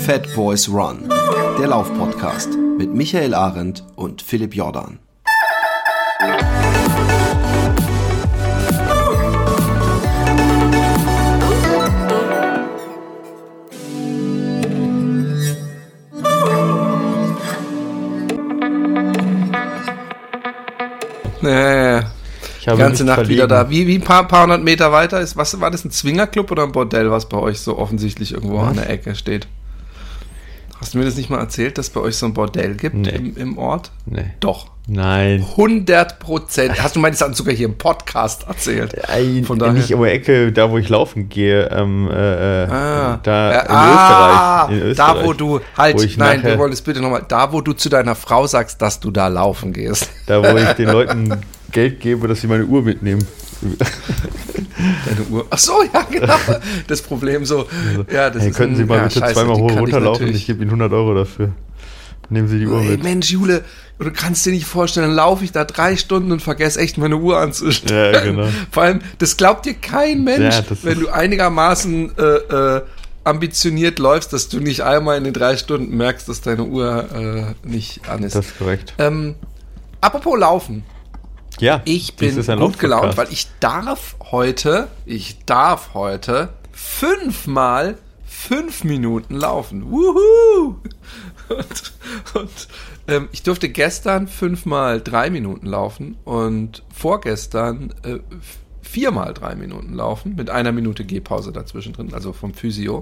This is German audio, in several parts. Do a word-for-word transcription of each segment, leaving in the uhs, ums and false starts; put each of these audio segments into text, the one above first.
Fat Boys Run, der Laufpodcast mit Michael Arendt und Philipp Jordan. Nee, die ganze Nacht verlegen. Wieder da. Wie, wie ein paar, paar hundert Meter weiter ist, was war das, ein Zwingerclub oder ein Bordell, was bei euch so offensichtlich irgendwo was? An der Ecke steht? Hast du mir das nicht mal erzählt, dass es bei euch so ein Bordell gibt nee. im, im Ort? Nee. Doch. Nein. hundert Prozent. Hast du meines Erachtens sogar hier im Podcast erzählt? Nein, von daher. Nicht um die Ecke, da wo ich laufen gehe, ähm, äh, ah. da äh, in, ah, Österreich, in Österreich. Da wo du, halt, wo nein, wir wollen es bitte nochmal, da wo du zu deiner Frau sagst, dass du da laufen gehst. Da wo ich den Leuten Geld gebe, dass sie meine Uhr mitnehmen. Deine Uhr. Ach so, ja, genau. Das Problem so. Ja, das hey, ist könnten ein, Sie mal ja, bitte scheiße, zweimal hoch runterlaufen? Ich, ich gebe Ihnen hundert Euro dafür. Nehmen Sie die Uhr Ey, mit. Mensch, Jule, du kannst dir nicht vorstellen, dann laufe ich da drei Stunden und vergesse echt meine Uhr anzustellen. Ja, genau. Vor allem, das glaubt dir kein Mensch, ja, wenn du einigermaßen äh, äh, ambitioniert läufst, dass du nicht einmal in den drei Stunden merkst, dass deine Uhr äh, nicht an ist. Das ist korrekt. Ähm, apropos Laufen. Ja, ich bin gut gelaunt, weil ich darf heute, ich darf heute fünfmal fünf Minuten laufen. Wuhu! Und, und ähm, ich durfte gestern fünfmal drei Minuten laufen und vorgestern äh, viermal drei Minuten laufen, mit einer Minute Gehpause dazwischen drin, also vom Physio.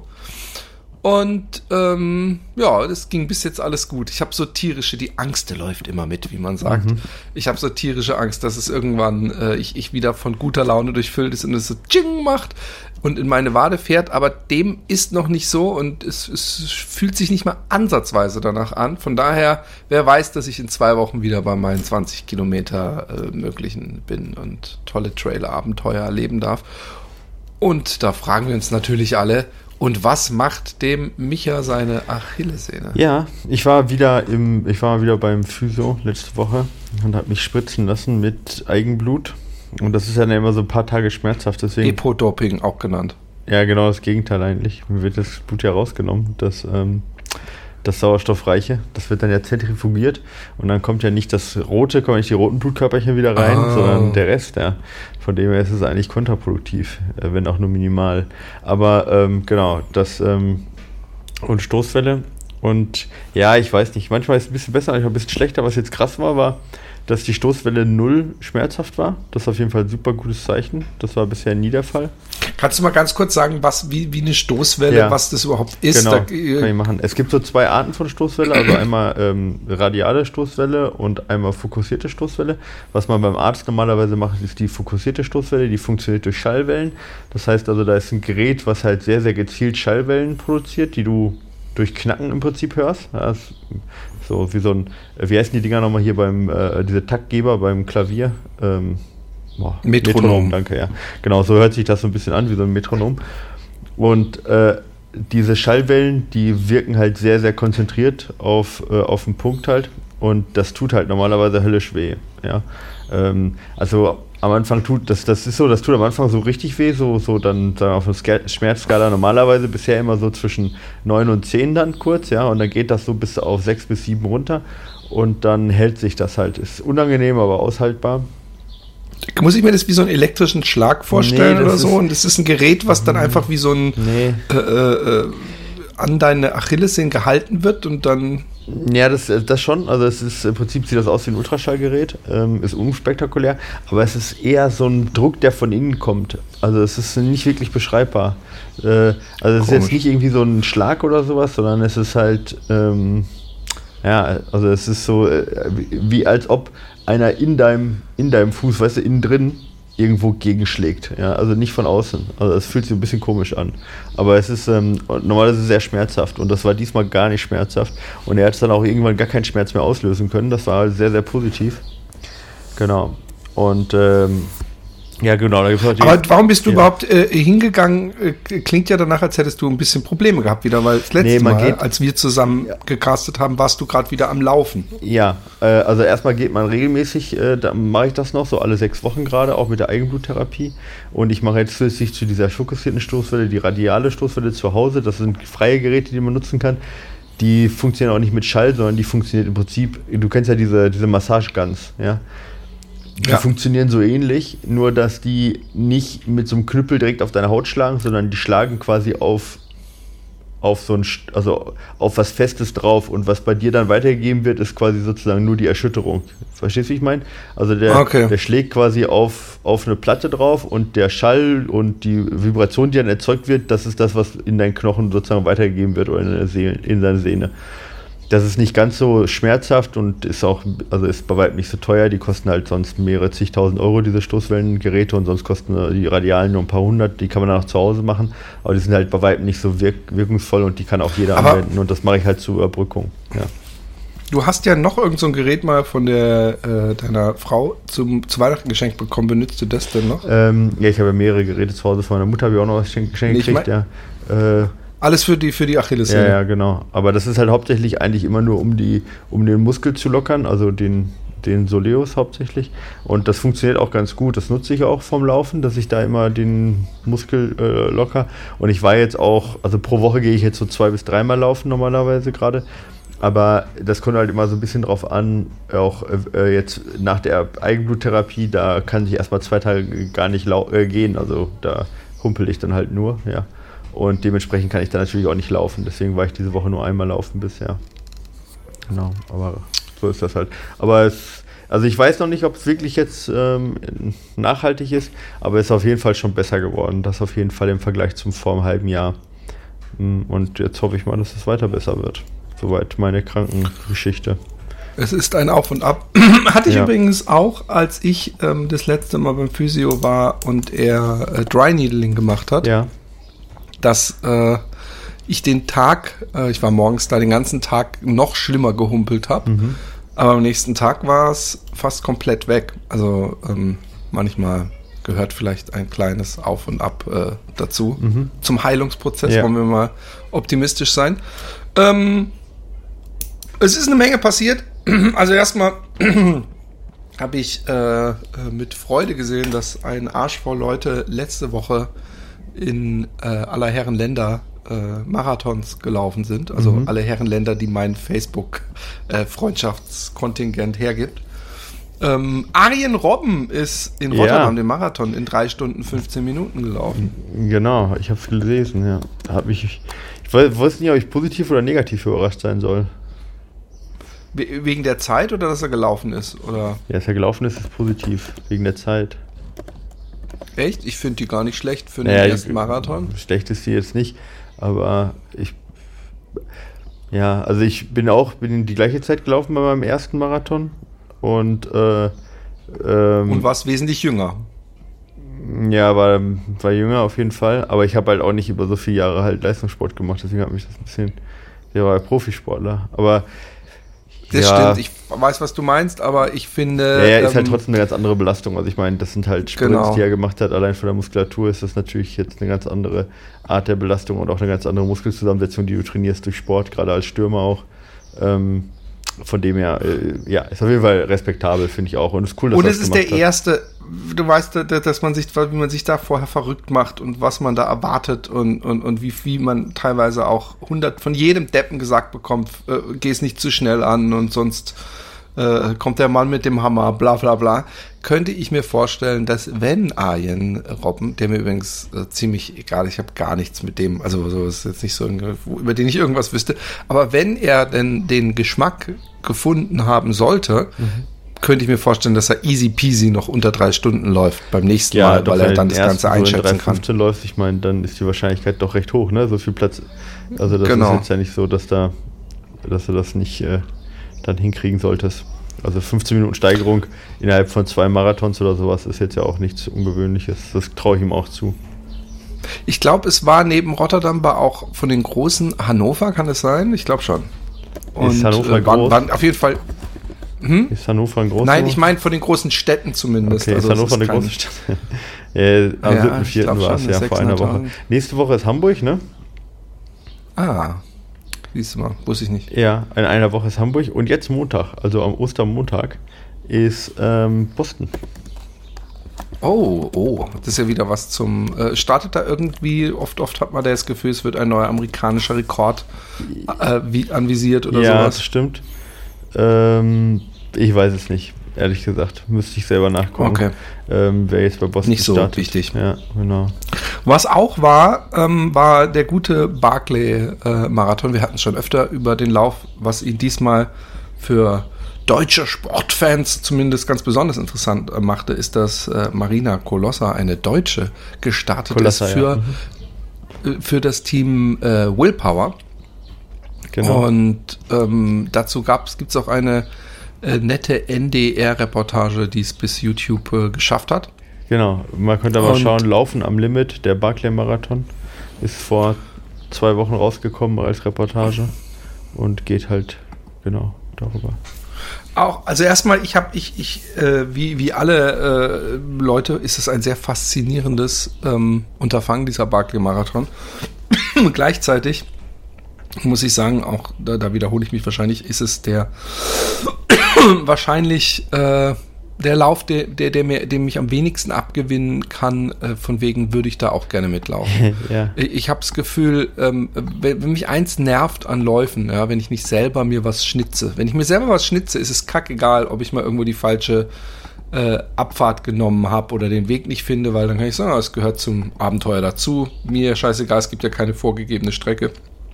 Und ähm, ja, das ging bis jetzt alles gut. Ich habe so tierische, die Angst läuft immer mit, wie man sagt. Mhm. Ich habe so tierische Angst, dass es irgendwann äh, ich, ich wieder von guter Laune durchfüllt ist und es so Tsching macht und in meine Wade fährt, aber dem ist noch nicht so und es, es fühlt sich nicht mal ansatzweise danach an. Von daher, wer weiß, dass ich in zwei Wochen wieder bei meinen zwanzig Kilometer äh, möglichen bin und tolle Trail-Abenteuer erleben darf. Und da fragen wir uns natürlich alle, und was macht dem Micha seine Achillessehne? Ja, ich war wieder im, ich war wieder beim Physio letzte Woche und habe mich spritzen lassen mit Eigenblut. Und das ist ja immer so ein paar Tage schmerzhaft. Deswegen, Epo-Doping auch genannt. Ja, genau das Gegenteil eigentlich. Mir wird das Blut ja rausgenommen, das, ähm, das Sauerstoffreiche. Das wird dann ja zentrifugiert und dann kommt ja nicht das rote, kommen nicht die roten Blutkörperchen wieder rein, oh. sondern der Rest, ja. Von dem her ist es eigentlich kontraproduktiv, wenn auch nur minimal. Aber ähm, genau, das ähm, und Stoßwelle. Und ja, ich weiß nicht, manchmal ist es ein bisschen besser, manchmal ein bisschen schlechter. Was jetzt krass war, war, dass die Stoßwelle null schmerzhaft war. Das ist auf jeden Fall ein super gutes Zeichen. Das war bisher nie der Fall. Kannst du mal ganz kurz sagen, was wie, wie eine Stoßwelle, ja, was das überhaupt ist? Genau, da, kann ich machen. Es gibt so zwei Arten von Stoßwelle, also einmal ähm, radiale Stoßwelle und einmal fokussierte Stoßwelle. Was man beim Arzt normalerweise macht, ist die fokussierte Stoßwelle, die funktioniert durch Schallwellen. Das heißt also, da ist ein Gerät, was halt sehr, sehr gezielt Schallwellen produziert, die du durch Knacken im Prinzip hörst. Das ist so wie so ein, wie heißen die Dinger nochmal hier beim, äh, diese Taktgeber beim Klavier? Ähm, boah, Metronom. Metronom, danke, ja. Genau, so hört sich das so ein bisschen an, wie so ein Metronom. Und äh, diese Schallwellen, die wirken halt sehr, sehr konzentriert auf, äh, auf den Punkt halt. Und das tut halt normalerweise höllisch weh. Ja? Ähm, also am Anfang tut, das, das ist so, das tut am Anfang so richtig weh, so, so dann sagen wir auf einer Schmerzskala normalerweise bisher immer so zwischen neun und zehn dann kurz, ja, und dann geht das so bis auf sechs bis sieben runter und dann hält sich das halt. Ist unangenehm, aber aushaltbar. Muss ich mir das wie so einen elektrischen Schlag vorstellen, nee, oder so? Und das ist ein Gerät, was dann einfach wie so ein nee. äh, äh, an deine Achillessehne gehalten wird und dann... Ja, das, das schon. Also es ist im Prinzip sieht das aus wie ein Ultraschallgerät, ähm, ist unspektakulär, aber es ist eher so ein Druck, der von innen kommt. Also es ist nicht wirklich beschreibbar. Äh, also es ist jetzt nicht irgendwie so ein Schlag oder sowas, sondern es ist halt, ähm, ja, also es ist so, äh, wie, wie als ob einer in deinem, in deinem Fuß, weißt du, innen drin irgendwo gegenschlägt. Ja, also nicht von außen. Also es fühlt sich ein bisschen komisch an. Aber es ist ähm, normalerweise sehr schmerzhaft und das war diesmal gar nicht schmerzhaft. Und er hat es dann auch irgendwann gar keinen Schmerz mehr auslösen können. Das war sehr, sehr positiv. Genau. Und ähm, Ja, genau. Da gibt's auch die, aber warum bist du ja. überhaupt äh, hingegangen? Äh, klingt ja danach, als hättest du ein bisschen Probleme gehabt wieder, weil das letzte Nee, man Mal, geht- als wir zusammen Ja. gecastet haben, warst du gerade wieder am Laufen. Ja, äh, also erstmal geht man regelmäßig, äh, da mache ich das noch, so alle sechs Wochen gerade, auch mit der Eigenbluttherapie. Und ich mache jetzt zusätzlich zu dieser fokussierten Stoßwelle die radiale Stoßwelle zu Hause. Das sind freie Geräte, die man nutzen kann. Die funktionieren auch nicht mit Schall, sondern die funktioniert im Prinzip, du kennst ja diese, diese Massage-Guns, ja. Die Ja. funktionieren so ähnlich, nur dass die nicht mit so einem Knüppel direkt auf deine Haut schlagen, sondern die schlagen quasi auf, auf so ein, St- also auf was Festes drauf, und was bei dir dann weitergegeben wird, ist quasi sozusagen nur die Erschütterung. Verstehst du, wie ich meine? Also der, Okay. der schlägt quasi auf, auf eine Platte drauf, und der Schall und die Vibration, die dann erzeugt wird, das ist das, was in deinen Knochen sozusagen weitergegeben wird oder in deine Sehne. In deine Sehne. Das ist nicht ganz so schmerzhaft und ist auch, also ist bei weitem nicht so teuer. Die kosten halt sonst mehrere zigtausend Euro, diese Stoßwellengeräte, und sonst kosten die Radialen nur ein paar hundert. Die kann man dann auch zu Hause machen, aber die sind halt bei weitem nicht so wirk wirkungsvoll, und die kann auch jeder Aber anwenden, und das mache ich halt zur Überbrückung. Ja. Du hast ja noch irgend so ein Gerät mal von der äh, deiner Frau zum, zu Weihnachten geschenkt bekommen. Benutzt du das denn noch? Ähm, ja, ich habe ja mehrere Geräte zu Hause. Von meiner Mutter habe ich auch noch was geschenkt Nee, ich gekriegt. mein- Ja. Äh, Alles für die, für die Ja, Achillessehne. ja, genau. Aber das ist halt hauptsächlich eigentlich immer nur, um die, um den Muskel zu lockern, also den, den Soleus hauptsächlich. Und das funktioniert auch ganz gut. Das nutze ich auch vom Laufen, dass ich da immer den Muskel äh, locker. Und ich war jetzt auch, also pro Woche gehe ich jetzt so zwei bis dreimal laufen normalerweise gerade. Aber das kommt halt immer so ein bisschen drauf an, auch äh, jetzt nach der Eigenbluttherapie, da kann ich erstmal zwei Tage gar nicht lau- äh, gehen. Also da humpel ich dann halt nur, ja. Und dementsprechend kann ich dann natürlich auch nicht laufen. Deswegen war ich diese Woche nur einmal laufen bisher. Genau, aber so ist das halt. Aber es, also ich weiß noch nicht, ob es wirklich jetzt ähm, nachhaltig ist, aber es ist auf jeden Fall schon besser geworden. Das auf jeden Fall im Vergleich zum vor einem halben Jahr. Und jetzt hoffe ich mal, dass es weiter besser wird. Soweit meine Krankengeschichte. Es ist ein Auf und Ab. Hatte ich Ja. übrigens auch, als ich ähm, das letzte Mal beim Physio war und er äh, Dry Needling gemacht hat. Ja. Dass äh, ich den Tag, äh, ich war morgens da den ganzen Tag noch schlimmer gehumpelt habe, Mhm. aber am nächsten Tag war es fast komplett weg. Also ähm, manchmal gehört vielleicht ein kleines Auf und Ab äh, dazu. Mhm. Zum Heilungsprozess Ja. wollen wir mal optimistisch sein. Ähm, es ist eine Menge passiert. Also erstmal habe ich äh, mit Freude gesehen, dass ein Arsch voll Leute letzte Woche in äh, aller Herren Länder äh, Marathons gelaufen sind. Also Mhm. alle Herren Länder, die mein Facebook-Freundschaftskontingent hergibt. Ähm, Arjen Robben ist in Ja. Rotterdam den Marathon in drei Stunden fünfzehn Minuten gelaufen. Genau, ich habe es gelesen, ja. Hab mich, ich ich weiß weiß nicht, ob ich positiv oder negativ überrascht sein soll. We- Wegen der Zeit oder dass er gelaufen ist? Oder Ja, dass er gelaufen ist, ist positiv, wegen der Zeit. echt? Ich finde die gar nicht schlecht für den Naja, ersten Marathon. Schlecht ist sie jetzt nicht, aber ich. Ja, also ich bin auch bin in die gleiche Zeit gelaufen bei meinem ersten Marathon und. Äh, ähm, Und warst wesentlich jünger. Ja, war, war jünger auf jeden Fall, aber ich habe halt auch nicht über so viele Jahre halt Leistungssport gemacht, deswegen hat mich das ein bisschen. Der war ja Profisportler, aber. Das ja, stimmt, ich weiß, was du meinst, aber ich finde... Ja, ja, ist halt ähm, trotzdem eine ganz andere Belastung. Also ich meine, das sind halt Sprints, Genau. die er gemacht hat. Allein von der Muskulatur ist das natürlich jetzt eine ganz andere Art der Belastung und auch eine ganz andere Muskelzusammensetzung, die du trainierst durch Sport, gerade als Stürmer auch. Ähm, von dem her, äh, ja, ist auf jeden Fall respektabel, finde ich auch. Und es ist cool, dass Und er es das ist gemacht der hat. erste, du weißt, dass man sich, wie man sich da vorher verrückt macht und was man da erwartet und, und, und wie viel man teilweise auch hundert von jedem Deppen gesagt bekommt, äh, geh es nicht zu schnell an und sonst äh, kommt der Mann mit dem Hammer, bla bla bla. Könnte ich mir vorstellen, dass wenn Arjen Robben, der mir übrigens äh, ziemlich egal, ich habe gar nichts mit dem, also so ist jetzt nicht so, über den ich irgendwas wüsste, aber wenn er denn den Geschmack gefunden haben sollte, mhm. könnte ich mir vorstellen, dass er easy peasy noch unter drei Stunden läuft beim nächsten Ja, Mal, doch, weil er wenn dann den das Ganze ersten so in einschätzen drei kann. fünfzehn läuft, ich meine, dann ist die Wahrscheinlichkeit doch recht hoch, ne? So viel Platz. Also das Genau. ist jetzt ja nicht so, dass da, dass du das nicht äh, dann hinkriegen solltest. Also fünfzehn Minuten Steigerung innerhalb von zwei Marathons oder sowas ist jetzt ja auch nichts Ungewöhnliches. Das traue ich ihm auch zu. Ich glaube, es war neben Rotterdam war auch von den großen Hannover, kann es sein? Ich glaube schon. Und Ist Hannover äh, waren, groß? waren auf jeden Fall Hm? Ist Hannover ein großer? Nein, ich meine von den großen Städten zumindest. Okay, also ist Hannover eine keine große Stadt? äh, am ja, siebten vierten war es, ja, vor einer Woche. Nächste Woche ist Hamburg, ne? Ah, siehst du mal, wusste ich nicht. Ja, in einer Woche ist Hamburg und jetzt Montag, also am Ostermontag, ist ähm, Boston. Oh, oh, das ist ja wieder was zum, äh, startet da irgendwie, oft, oft hat man das Gefühl, es wird ein neuer amerikanischer Rekord äh, wie, anvisiert oder ja, sowas. Ja, das stimmt. Ähm, ich weiß es nicht, ehrlich gesagt. Müsste ich selber nachgucken. Okay. Ähm, wer jetzt bei Boston nicht so startet. wichtig. Ja, genau. Was auch war, ähm, war der gute Barkley-Marathon. Äh, Wir hatten es schon öfter über den Lauf, was ihn diesmal für deutsche Sportfans zumindest ganz besonders interessant äh, machte, ist, dass äh, Marina Kolossa, eine Deutsche, gestartet Kolossa, ist für, ja. mhm. äh, für das Team äh, Willpower. Genau. Und ähm, dazu gibt es auch eine äh, nette N D R-Reportage, die es bis YouTube äh, geschafft hat. Genau, man könnte aber Und schauen, Laufen am Limit, der Barkley-Marathon, ist vor zwei Wochen rausgekommen als Reportage und geht halt genau darüber. Auch, also erstmal, ich habe, ich, ich, äh, wie, wie alle äh, Leute, ist es ein sehr faszinierendes ähm, Unterfangen, dieser Barkley-Marathon. Gleichzeitig muss ich sagen, auch da, da wiederhole ich mich wahrscheinlich, ist es der wahrscheinlich äh, der Lauf, der, der, der mir, dem ich am wenigsten abgewinnen kann, äh, von wegen würde ich da auch gerne mitlaufen. ja. Ich, ich habe das Gefühl, ähm, wenn, wenn mich eins nervt an Läufen, ja, wenn ich nicht selber mir was schnitze, wenn ich mir selber was schnitze, ist es kackegal, ob ich mal irgendwo die falsche äh, Abfahrt genommen habe oder den Weg nicht finde, weil dann kann ich sagen, es gehört zum Abenteuer dazu. Mir scheißegal, es gibt ja keine vorgegebene Strecke.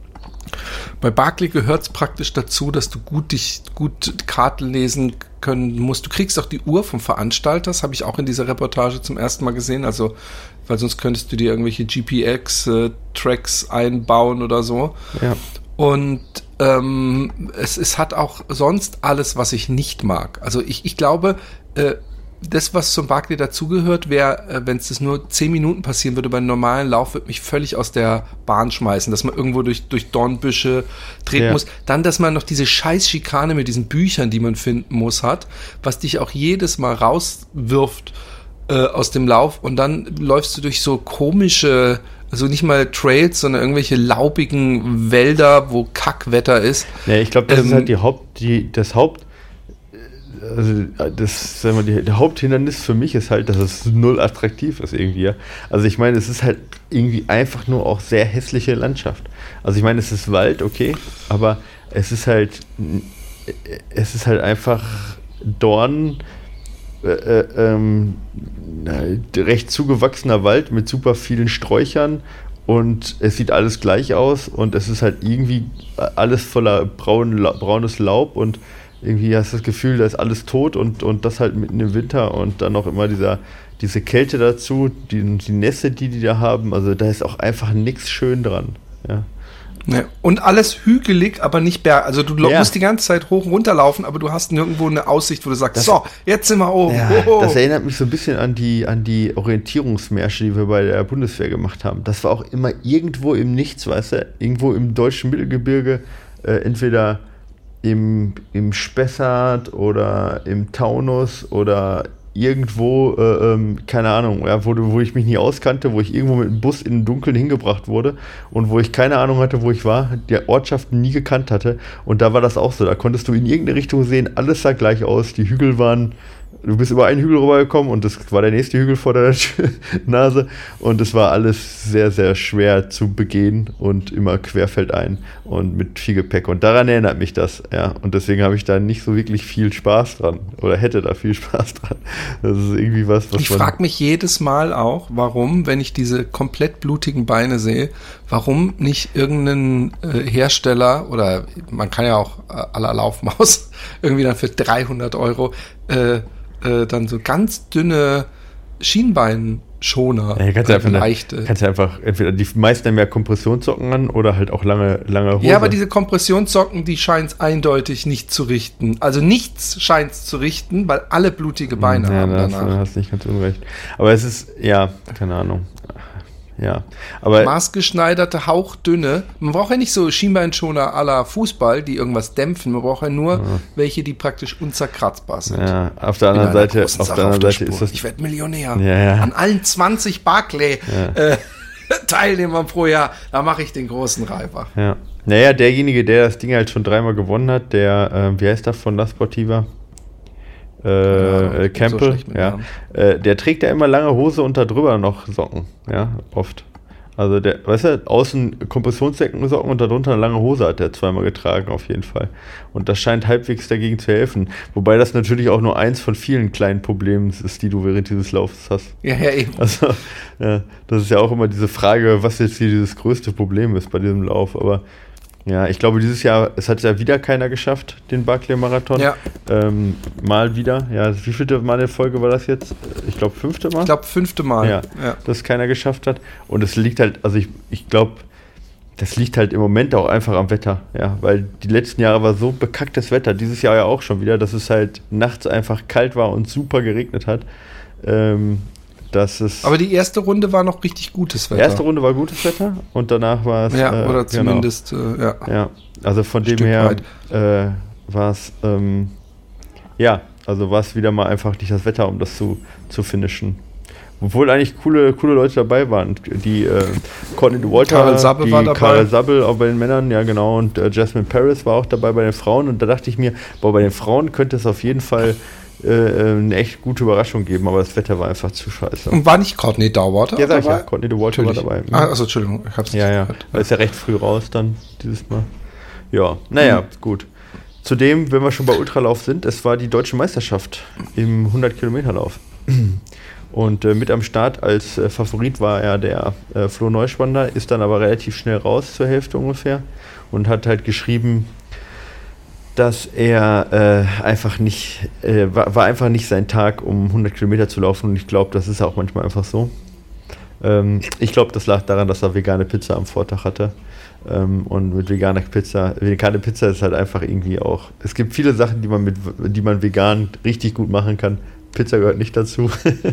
Bei Barkley gehört es praktisch dazu, dass du gut dich gut Karten lesen können musst. Du kriegst auch die Uhr vom Veranstalter, das habe ich auch in dieser Reportage zum ersten Mal gesehen, also weil sonst könntest du dir irgendwelche G P X-Tracks äh, einbauen oder so. Ja. Und ähm, es, es hat auch sonst alles, was ich nicht mag. Also ich, ich glaube, äh, das, was zum Barkley dazugehört, wäre, äh, wenn es das nur zehn Minuten passieren würde, bei einem normalen Lauf, würde mich völlig aus der Bahn schmeißen, dass man irgendwo durch, durch Dornbüsche treten ja. muss. Dann, dass man noch diese scheiß Schikane mit diesen Büchern, die man finden muss, hat, was dich auch jedes Mal rauswirft äh, aus dem Lauf und dann läufst du durch so komische, also nicht mal Trails, sondern irgendwelche laubigen Wälder, wo Kackwetter ist. Ja, ich glaube, das ähm, ist halt die Haupt, die, das Haupt Also das, sagen wir, die, der Haupthindernis für mich ist halt, dass es null attraktiv ist irgendwie. Also ich meine, es ist halt irgendwie einfach nur auch sehr hässliche Landschaft. Also ich meine, es ist Wald, okay, aber es ist halt, es ist halt einfach Dorn, äh, äh, ähm, recht zugewachsener Wald mit super vielen Sträuchern und es sieht alles gleich aus und es ist halt irgendwie alles voller braun, braunes Laub und irgendwie hast du das Gefühl, da ist alles tot und, und das halt mitten im Winter und dann auch immer dieser, diese Kälte dazu, die, die Nässe, die die da haben, also da ist auch einfach nichts schön dran. Ja. Ja, und alles hügelig, aber nicht berg. Also du ja. musst die ganze Zeit hoch und runter laufen, aber du hast nirgendwo eine Aussicht, wo du sagst, das, so, jetzt sind wir oben. Ja, oh. Das erinnert mich so ein bisschen an die, an die Orientierungsmärsche, die wir bei der Bundeswehr gemacht haben. Das war auch immer irgendwo im Nichts, weißt du, irgendwo im deutschen Mittelgebirge, äh, entweder im, im Spessart oder im Taunus oder irgendwo, äh, ähm, keine Ahnung, ja, wo, wo ich mich nie auskannte, wo ich irgendwo mit dem Bus in den Dunkeln hingebracht wurde und wo ich keine Ahnung hatte, wo ich war, die Ortschaften nie gekannt hatte. Und da war das auch so. Da konntest du in irgendeine Richtung sehen, alles sah gleich aus. Die Hügel waren, du bist über einen Hügel rübergekommen und das war der nächste Hügel vor der Nase. Und es war alles sehr, sehr schwer zu begehen und immer querfeldein und mit viel Gepäck. Und daran erinnert mich das, ja. Und deswegen habe ich da nicht so wirklich viel Spaß dran oder hätte da viel Spaß dran. Das ist irgendwie was, was Ich frage mich jedes Mal auch, warum, wenn ich diese komplett blutigen Beine sehe, warum nicht irgendein äh, Hersteller oder man kann ja auch äh, à la Laufmaus irgendwie dann für dreihundert Euro äh, äh, dann so ganz dünne Schienbeinschoner, ja, kannst du einfach leichte. Eine, kannst du einfach, entweder die meisten haben ja Kompressionssocken an oder halt auch lange, lange Hose. Ja, aber diese Kompressionssocken, die scheint es eindeutig nicht zu richten. Also nichts scheint es zu richten, weil alle blutige Beine ja, haben das, danach. Ja, hast nicht ganz unrecht. Aber es ist, ja, keine Ahnung. Ja, aber maßgeschneiderte, hauchdünne. Man braucht ja nicht so Schienbeinschoner à la Fußball, die irgendwas dämpfen. Man braucht ja nur ja. welche, die praktisch unzerkratzbar sind. Ja, auf der anderen Seite, auf der anderen Seite ist das. Ich werde Millionär. Ja, ja. An allen zwanzig Barclay ja. äh, Teilnehmern pro Jahr, da mache ich den großen Reibach. Ja. Naja, derjenige, der das Ding halt schon dreimal gewonnen hat, der, äh, wie heißt das von La Sportiva? Äh, äh, Campbell, so ja. Äh, der trägt ja immer lange Hose und da drüber noch Socken, ja, oft. Also der, weißt du, außen Kompressionssocken und darunter eine lange Hose hat der zweimal getragen, auf jeden Fall. Und das scheint halbwegs dagegen zu helfen. Wobei das natürlich auch nur eins von vielen kleinen Problemen ist, die du während dieses Laufs hast. Ja, ja, eben. Also, ja, das ist ja auch immer diese Frage, was jetzt hier dieses größte Problem ist bei diesem Lauf, aber ja, ich glaube, dieses Jahr, es hat ja wieder keiner geschafft, den Barclay-Marathon. Ja. Ähm, mal wieder. Ja, wie vielte Mal in Folge war das jetzt? Ich glaube, fünfte Mal? Ich glaube, fünfte Mal. Ja, ja, dass keiner geschafft hat. Und es liegt halt, also ich, ich glaube, das liegt halt im Moment auch einfach am Wetter. Ja, weil die letzten Jahre war so bekacktes Wetter, dieses Jahr ja auch schon wieder, dass es halt nachts einfach kalt war und super geregnet hat. Ähm, Das ist Aber die erste Runde war noch richtig gutes Wetter. Die erste Runde war gutes Wetter und danach war es... Ja, äh, oder zumindest, genau. äh, ja. Ja, also von dem her äh, war es, ähm, ja, also war es wieder mal einfach nicht das Wetter, um das zu, zu finishen. Obwohl eigentlich coole, coole Leute dabei waren. Die äh, Courtney Dauwalter, Karel Sabbe die war dabei. Karel Sabbe auch bei den Männern, ja genau, und äh, Jasmine Paris war auch dabei bei den Frauen und da dachte ich mir, boah, bei den Frauen könnte es auf jeden Fall eine echt gute Überraschung geben, aber das Wetter war einfach zu scheiße. Und war nicht Courtney Dauwalter ja, dabei? Ja, Courtney Dauwalter war dabei. Ah, also Entschuldigung, ich hab's nicht Ja, ja, gehört. weil ist ja recht früh raus dann dieses Mal. Ja, naja, mhm. gut. Zudem, wenn wir schon bei Ultralauf sind, es war die Deutsche Meisterschaft im hundert-Kilometer-Lauf. Und äh, mit am Start als äh, Favorit war ja der äh, Flo Neuschwander, ist dann aber relativ schnell raus, zur Hälfte ungefähr, und hat halt geschrieben, dass er äh, einfach nicht, äh, war, war einfach nicht sein Tag, um hundert Kilometer zu laufen, und ich glaube, das ist auch manchmal einfach so. Ähm, ich glaube, das lag daran, dass er vegane Pizza am Vortag hatte. Ähm, und mit veganer Pizza, vegane Pizza ist halt einfach irgendwie auch, es gibt viele Sachen, die man mit, die man vegan richtig gut machen kann. Pizza gehört nicht dazu,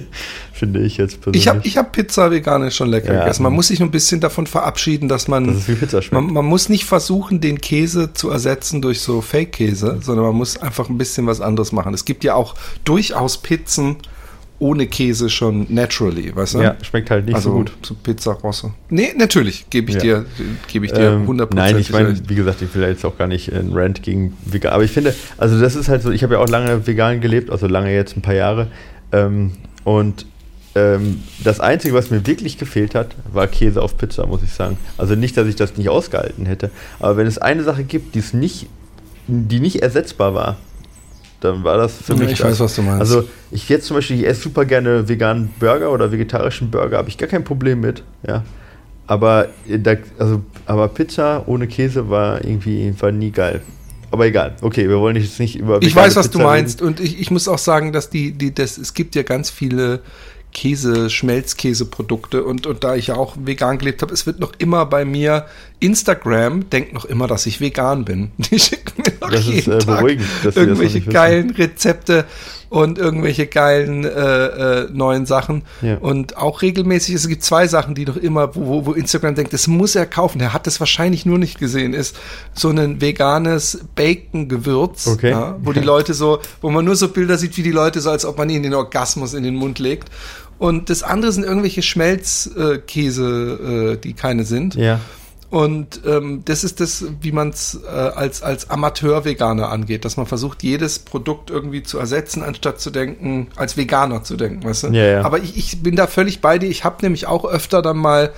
finde ich jetzt persönlich. Ich habe ich hab Pizza veganisch schon lecker ja. gegessen. Man muss sich nur ein bisschen davon verabschieden, dass man, dass es wie Pizza schmeckt. Man, man muss nicht versuchen, den Käse zu ersetzen durch so Fake-Käse, mhm. sondern man muss einfach ein bisschen was anderes machen. Es gibt ja auch durchaus Pizzen ohne Käse schon naturally, weißt du? Ja, schmeckt halt nicht also so gut. So Pizza Rosse. Nee, natürlich, gebe ich ja. dir, gebe ich dir ähm, hundert Prozent. Nein, ich meine, wie gesagt, ich will jetzt auch gar nicht einen Rant gegen vegan, aber ich finde, also das ist halt so, ich habe ja auch lange vegan gelebt, also lange jetzt, ein paar Jahre, ähm, und ähm, das Einzige, was mir wirklich gefehlt hat, war Käse auf Pizza, muss ich sagen. Also nicht, dass ich das nicht ausgehalten hätte, aber wenn es eine Sache gibt, die es nicht, die nicht ersetzbar war, dann war das für ja, mich. Ich das. weiß, was du meinst. Also ich jetzt zum Beispiel, ich esse super gerne veganen Burger oder vegetarischen Burger, habe ich gar kein Problem mit, ja. Aber, da, also, aber Pizza ohne Käse war irgendwie, war nie geil. Aber egal, okay, wir wollen jetzt nicht über Ich weiß, was Pizza du meinst, reden. Und ich, ich muss auch sagen, dass die, die, das, es gibt ja ganz viele Käse, Schmelzkäseprodukte und, und da ich ja auch vegan gelebt habe, es wird noch immer bei mir, Instagram denkt noch immer, dass ich vegan bin. Die schicken mir noch das jeden ist, äh, Tag beruhigend, dass irgendwelche das geilen Rezepte und irgendwelche geilen äh, äh, neuen Sachen. Ja. Und auch regelmäßig, es gibt zwei Sachen, die noch immer, wo, wo Instagram denkt, das muss er kaufen, der hat das wahrscheinlich nur nicht gesehen, ist so ein veganes Bacon-Gewürz, okay. ja, wo die Leute so, wo man nur so Bilder sieht, wie die Leute so, als ob man ihnen den Orgasmus in den Mund legt. Und das andere sind irgendwelche Schmelzkäse, äh, die keine sind. Ja. Und ähm, das ist das, wie man es äh, als, als Amateur-Veganer angeht, dass man versucht, jedes Produkt irgendwie zu ersetzen, anstatt zu denken, als Veganer zu denken, weißt du? Ja, ja. Aber ich, ich bin da völlig bei dir. Ich habe nämlich auch öfter dann mal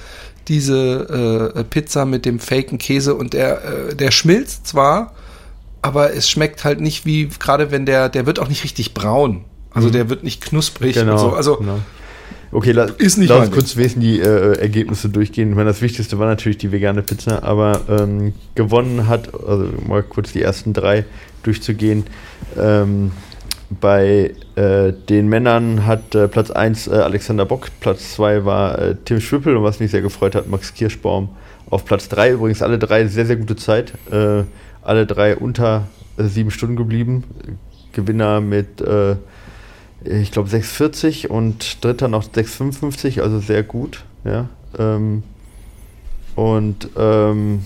diese äh, Pizza mit dem faken Käse und der, äh, der schmilzt zwar, aber es schmeckt halt nicht wie, gerade wenn der, der wird auch nicht richtig braun. Also mhm. der wird nicht knusprig genau, und so. Also genau. Okay, la- ist nicht lass uns kurz wesen die äh, Ergebnisse durchgehen. Ich meine, das Wichtigste war natürlich die vegane Pizza, aber ähm, gewonnen hat, also mal kurz die ersten drei durchzugehen. Ähm, bei äh, den Männern hat äh, Platz eins äh, Alexander Bock, Platz zwei war äh, Tim Schwippel und was mich sehr gefreut hat, Max Kirschbaum. Auf Platz drei übrigens alle drei sehr, sehr gute Zeit. Äh, alle drei unter äh, sieben Stunden geblieben. Gewinner mit äh, ich glaube sechs vierzig und dritter noch sechs fünfundfünfzig, also sehr gut, ja. Ähm, und ähm,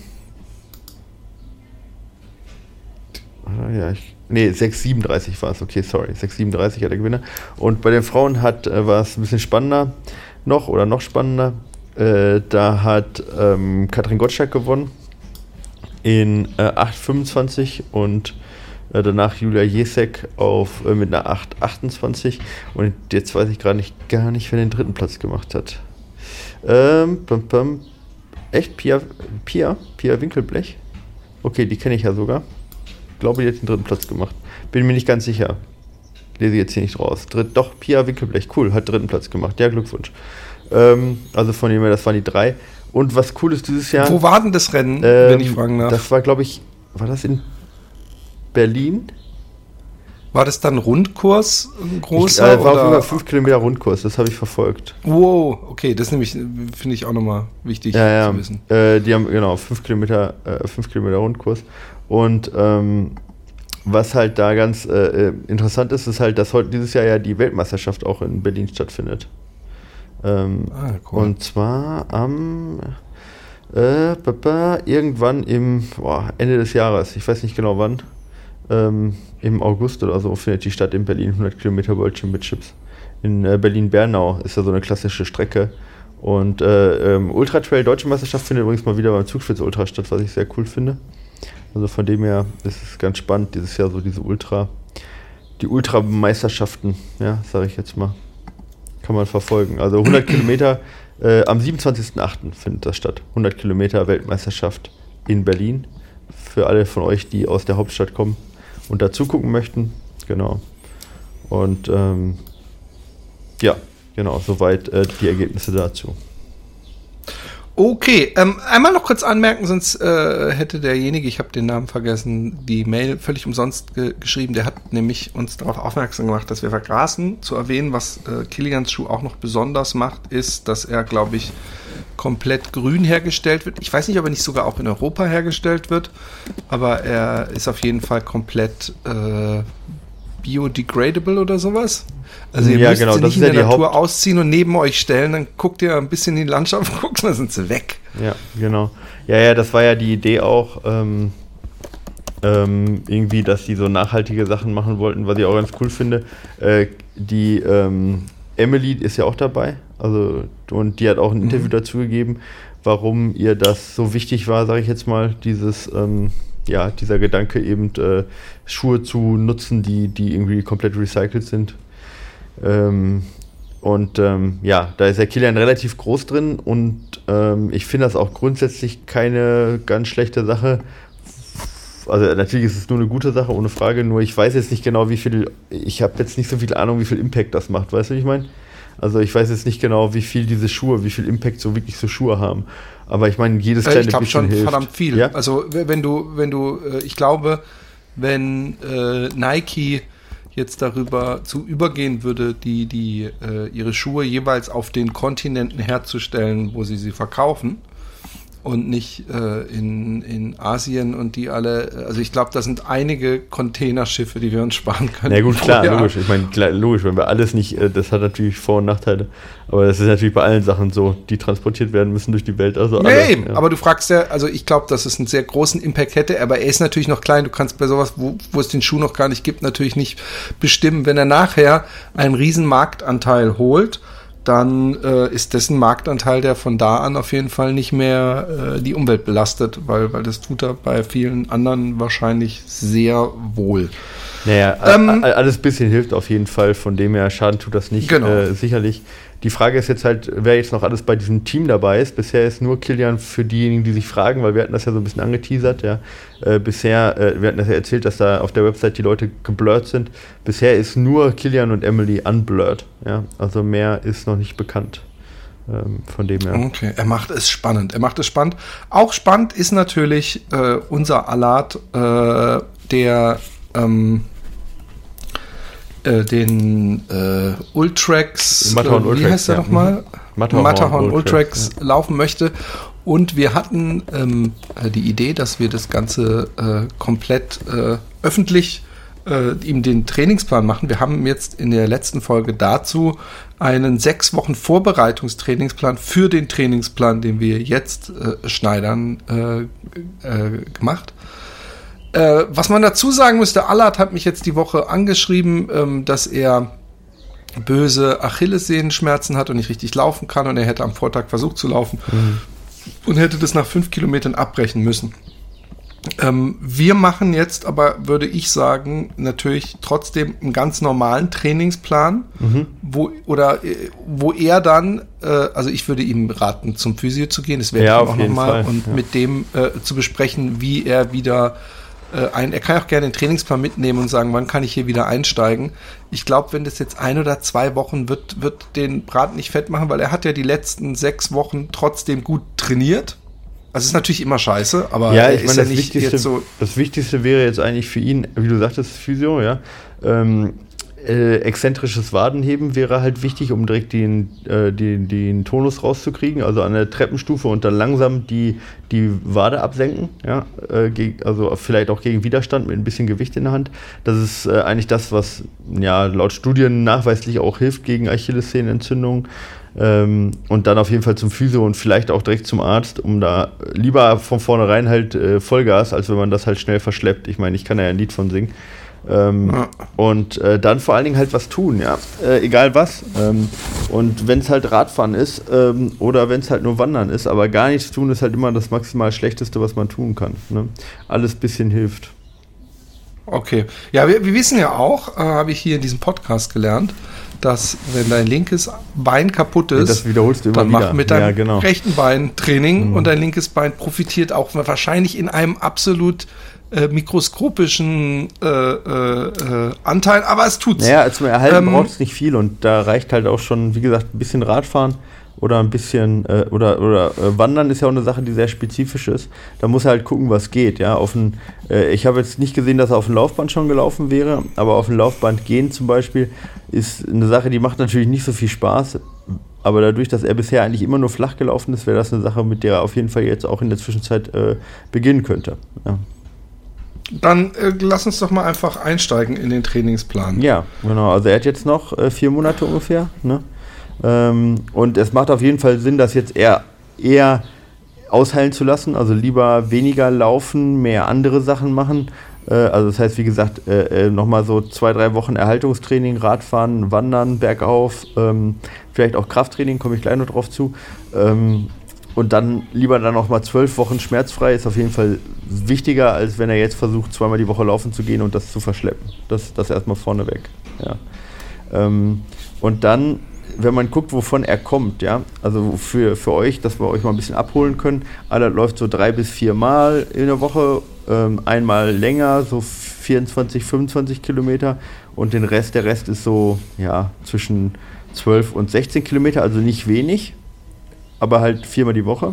ja, ich, nee, sechs siebenunddreißig war es, okay, sorry, sechs siebenunddreißig hat der Gewinner. Und bei den Frauen hat, äh, war es ein bisschen spannender noch oder noch spannender. Äh, da hat ähm, Katrin Gottschalk gewonnen in äh, acht fünfundzwanzig und äh, danach Julia Jesek auf, äh, mit einer acht achtundzwanzig. Und jetzt weiß ich gerade nicht, gar nicht, wer den dritten Platz gemacht hat. Ähm, bum, bum. Echt? Pia, Pia? Pia Winkelblech? Okay, die kenne ich ja sogar. Ich glaube, die hat den dritten Platz gemacht. Bin mir nicht ganz sicher. Lese jetzt hier nicht raus. Dritt, doch, Pia Winkelblech, cool, hat dritten Platz gemacht. Ja, Glückwunsch. Ähm, also von dem her, das waren die drei. Und was cool ist dieses Jahr... Wo war denn das Rennen, ähm, wenn ich fragen darf? Das war, glaube ich, war das in Berlin? War das dann Rundkurs, ein großer? Ich, äh, war oder? Auf über fünf Kilometer Rundkurs, das habe ich verfolgt. Wow, okay, das nämlich finde ich auch nochmal wichtig ja, ja. zu wissen. Äh, die haben, genau, fünf Kilometer, äh, fünf Kilometer Rundkurs. Und ähm, was halt da ganz äh, interessant ist, ist halt, dass heute dieses Jahr ja die Weltmeisterschaft auch in Berlin stattfindet. Ähm, ah, cool. Und zwar am äh, baba, irgendwann im boah, Ende des Jahres, ich weiß nicht genau wann, ähm, im August oder so findet die statt in Berlin, hundert Kilometer World Championships. In äh, Berlin-Bernau ist ja so eine klassische Strecke. Und äh, ähm, Ultra Trail Deutsche Meisterschaft findet übrigens mal wieder beim Zugspitz Ultra statt, was ich sehr cool finde. Also von dem her ist es ganz spannend, dieses Jahr so diese Ultra, die Ultrameisterschaften, ja, sage ich jetzt mal, kann man verfolgen. Also hundert Kilometer, äh, am siebenundzwanzigsten achten findet das statt. hundert Kilometer Weltmeisterschaft in Berlin. Für alle von euch, die aus der Hauptstadt kommen und dazu gucken möchten. Genau. Und ähm, ja, genau, soweit äh, die Ergebnisse dazu. Okay, ähm, einmal noch kurz anmerken, sonst äh, hätte derjenige, ich habe den Namen vergessen, die Mail völlig umsonst ge- geschrieben. Der hat nämlich uns darauf aufmerksam gemacht, dass wir vergaßen zu erwähnen, was äh, Kilians Schuh auch noch besonders macht, ist, dass er, glaube ich, komplett grün hergestellt wird. Ich weiß nicht, ob er nicht sogar auch in Europa hergestellt wird, aber er ist auf jeden Fall komplett äh, biodegradable oder sowas. Also ihr ja, müsst genau, sie nicht das in der ja Natur Haupt- ausziehen und neben euch stellen, dann guckt ihr ein bisschen in die Landschaft, guckt, dann sind sie weg. Ja, genau. Ja, ja, das war ja die Idee auch, ähm, ähm, irgendwie, dass die so nachhaltige Sachen machen wollten, was ich auch ganz cool finde. Äh, die ähm, Emily ist ja auch dabei, also und die hat auch ein Interview mhm. dazu gegeben, warum ihr das so wichtig war, sage ich jetzt mal, dieses ähm, ja, dieser Gedanke eben äh, Schuhe zu nutzen, die, die irgendwie komplett recycelt sind. Ähm, und ähm, ja, da ist der Kilian relativ groß drin und ähm, ich finde das auch grundsätzlich keine ganz schlechte Sache. Also natürlich ist es nur eine gute Sache, ohne Frage, nur ich weiß jetzt nicht genau, wie viel, ich habe jetzt nicht so viel Ahnung, wie viel Impact das macht, weißt du, wie ich meine? Also ich weiß jetzt nicht genau, wie viel diese Schuhe, wie viel Impact so wirklich so Schuhe haben. Aber ich meine, jedes kleine ich bisschen schon hilft. Verdammt viel. Ja? Also wenn du, wenn du, ich glaube, wenn äh, Nike jetzt darüber zu übergehen würde, die, die äh, ihre Schuhe jeweils auf den Kontinenten herzustellen, wo sie sie verkaufen und nicht äh, in, in Asien und die alle, also ich glaube, das sind einige Containerschiffe, die wir uns sparen können. Ja gut, klar, Jahr. logisch. Ich meine, klar, logisch, wenn wir alles nicht, das hat natürlich Vor- und Nachteile, aber das ist natürlich bei allen Sachen so, die transportiert werden müssen durch die Welt. Also alle, nee, ja. Aber du fragst ja, also ich glaube, dass es einen sehr großen Impact hätte, aber er ist natürlich noch klein, du kannst bei sowas, wo, wo es den Schuh noch gar nicht gibt, natürlich nicht bestimmen. Wenn er nachher einen riesen Marktanteil holt, dann äh, ist dessen Marktanteil, der von da an auf jeden Fall nicht mehr äh, die Umwelt belastet, weil, weil das tut er bei vielen anderen wahrscheinlich sehr wohl. Naja, ähm, alles ein bisschen hilft auf jeden Fall, von dem her Schaden tut das nicht, genau. äh, sicherlich. Die Frage ist jetzt halt, wer jetzt noch alles bei diesem Team dabei ist. Bisher ist nur Kilian für diejenigen, die sich fragen, weil wir hatten das ja so ein bisschen angeteasert. Ja. Äh, bisher, äh, wir hatten das ja erzählt, dass da auf der Website die Leute geblurrt sind. Bisher ist nur Kilian und Emily unblurred. Ja. Also mehr ist noch nicht bekannt. Ähm, von dem her. Okay, er macht es spannend. Er macht es spannend. Auch spannend ist natürlich äh, unser Alat, äh, der ähm, den äh, Ultrax, Matterhorn äh, wie Ultrax, heißt der ja. nochmal? Matterhorn, Matterhorn Ultrax, Ultrax ja. laufen möchte. Und wir hatten ähm, die Idee, dass wir das Ganze äh, komplett äh, öffentlich äh, ihm den Trainingsplan machen. Wir haben jetzt in der letzten Folge dazu einen sechs Wochen Vorbereitungstrainingsplan für den Trainingsplan, den wir jetzt äh, schneidern, äh, äh, gemacht. Äh, was man dazu sagen müsste, Allard hat mich jetzt die Woche angeschrieben, ähm, dass er böse Achillessehenschmerzen hat und nicht richtig laufen kann und er hätte am Vortag versucht zu laufen mhm. und hätte das nach fünf Kilometern abbrechen müssen. Ähm, wir machen jetzt aber, würde ich sagen, natürlich trotzdem einen ganz normalen Trainingsplan, mhm. wo oder äh, wo er dann, äh, also ich würde ihm raten, zum Physio zu gehen, das werde ja, ich auch nochmal und ja. mit dem äh, zu besprechen, wie er wieder ein, er kann auch gerne den Trainingsplan mitnehmen und sagen, wann kann ich hier wieder einsteigen. Ich glaube, wenn das jetzt ein oder zwei Wochen wird, wird den Braten nicht fett machen, weil er hat ja die letzten sechs Wochen trotzdem gut trainiert. Also es ist natürlich immer scheiße, aber ja, er ich ist meine, ja das nicht Wichtigste, jetzt so... Das Wichtigste wäre jetzt eigentlich für ihn, wie du sagtest, Physio, ja, ähm, Äh, exzentrisches Wadenheben wäre halt wichtig, um direkt den, äh, den, den Tonus rauszukriegen, also an der Treppenstufe und dann langsam die, die Wade absenken, ja, äh, geg- also vielleicht auch gegen Widerstand mit ein bisschen Gewicht in der Hand. Das ist äh, eigentlich das, was ja laut Studien nachweislich auch hilft gegen Achillessehnenentzündung. Ähm, und dann auf jeden Fall zum Physio und vielleicht auch direkt zum Arzt, um da lieber von vornherein halt äh, Vollgas, als wenn man das halt schnell verschleppt. Ich meine, ich kann ja ein Lied von singen. Ähm, ja. Und äh, dann vor allen Dingen halt was tun, ja, äh, egal was. Ähm, und wenn es halt Radfahren ist ähm, oder wenn es halt nur Wandern ist, aber gar nichts tun ist halt immer das maximal Schlechteste, was man tun kann. Ne? Alles bisschen hilft. Okay, ja, wir, wir wissen ja auch, äh, habe ich hier in diesem Podcast gelernt, dass wenn dein linkes Bein kaputt ist, das wiederholst du immer dann wieder. mach mit deinem ja, genau. rechten Bein Training mhm. und dein linkes Bein profitiert auch wahrscheinlich in einem absolut äh, mikroskopischen äh, äh, Anteil, aber es tut's. Naja, zum Erhalten ähm, braucht es nicht viel und da reicht halt auch schon, wie gesagt, ein bisschen Radfahren oder ein bisschen, äh, oder, oder äh, Wandern ist ja auch eine Sache, die sehr spezifisch ist. Da muss er halt gucken, was geht, ja. Auf ein, äh, ich habe jetzt nicht gesehen, dass er auf dem Laufband schon gelaufen wäre, aber auf dem Laufband gehen zum Beispiel ist eine Sache, die macht natürlich nicht so viel Spaß, aber dadurch, dass er bisher eigentlich immer nur flach gelaufen ist, wäre das eine Sache, mit der er auf jeden Fall jetzt auch in der Zwischenzeit äh, beginnen könnte, ja. Dann äh, lass uns doch mal einfach einsteigen in den Trainingsplan. Ja, genau. Also er hat jetzt noch äh, vier Monate ungefähr, ne? Ähm, und es macht auf jeden Fall Sinn, das jetzt eher, eher ausheilen zu lassen, also lieber weniger laufen, mehr andere Sachen machen. Äh, also das heißt, wie gesagt, äh, äh, nochmal so zwei, drei Wochen Erhaltungstraining, Radfahren, Wandern, bergauf, ähm, vielleicht auch Krafttraining, komme ich gleich noch drauf zu. Ähm, und dann lieber dann nochmal zwölf Wochen schmerzfrei, ist auf jeden Fall wichtiger, als wenn er jetzt versucht, zweimal die Woche laufen zu gehen und das zu verschleppen. Das, das erstmal vorneweg. Ja. Ähm, und dann, wenn man guckt, wovon er kommt, ja, also für, für euch, dass wir euch mal ein bisschen abholen können, Allard läuft so drei bis vier Mal in der Woche, ähm, einmal länger, so vierundzwanzig, fünfundzwanzig Kilometer und den Rest, der Rest ist so, ja, zwischen zwölf und sechzehn Kilometer, also nicht wenig, aber halt viermal die Woche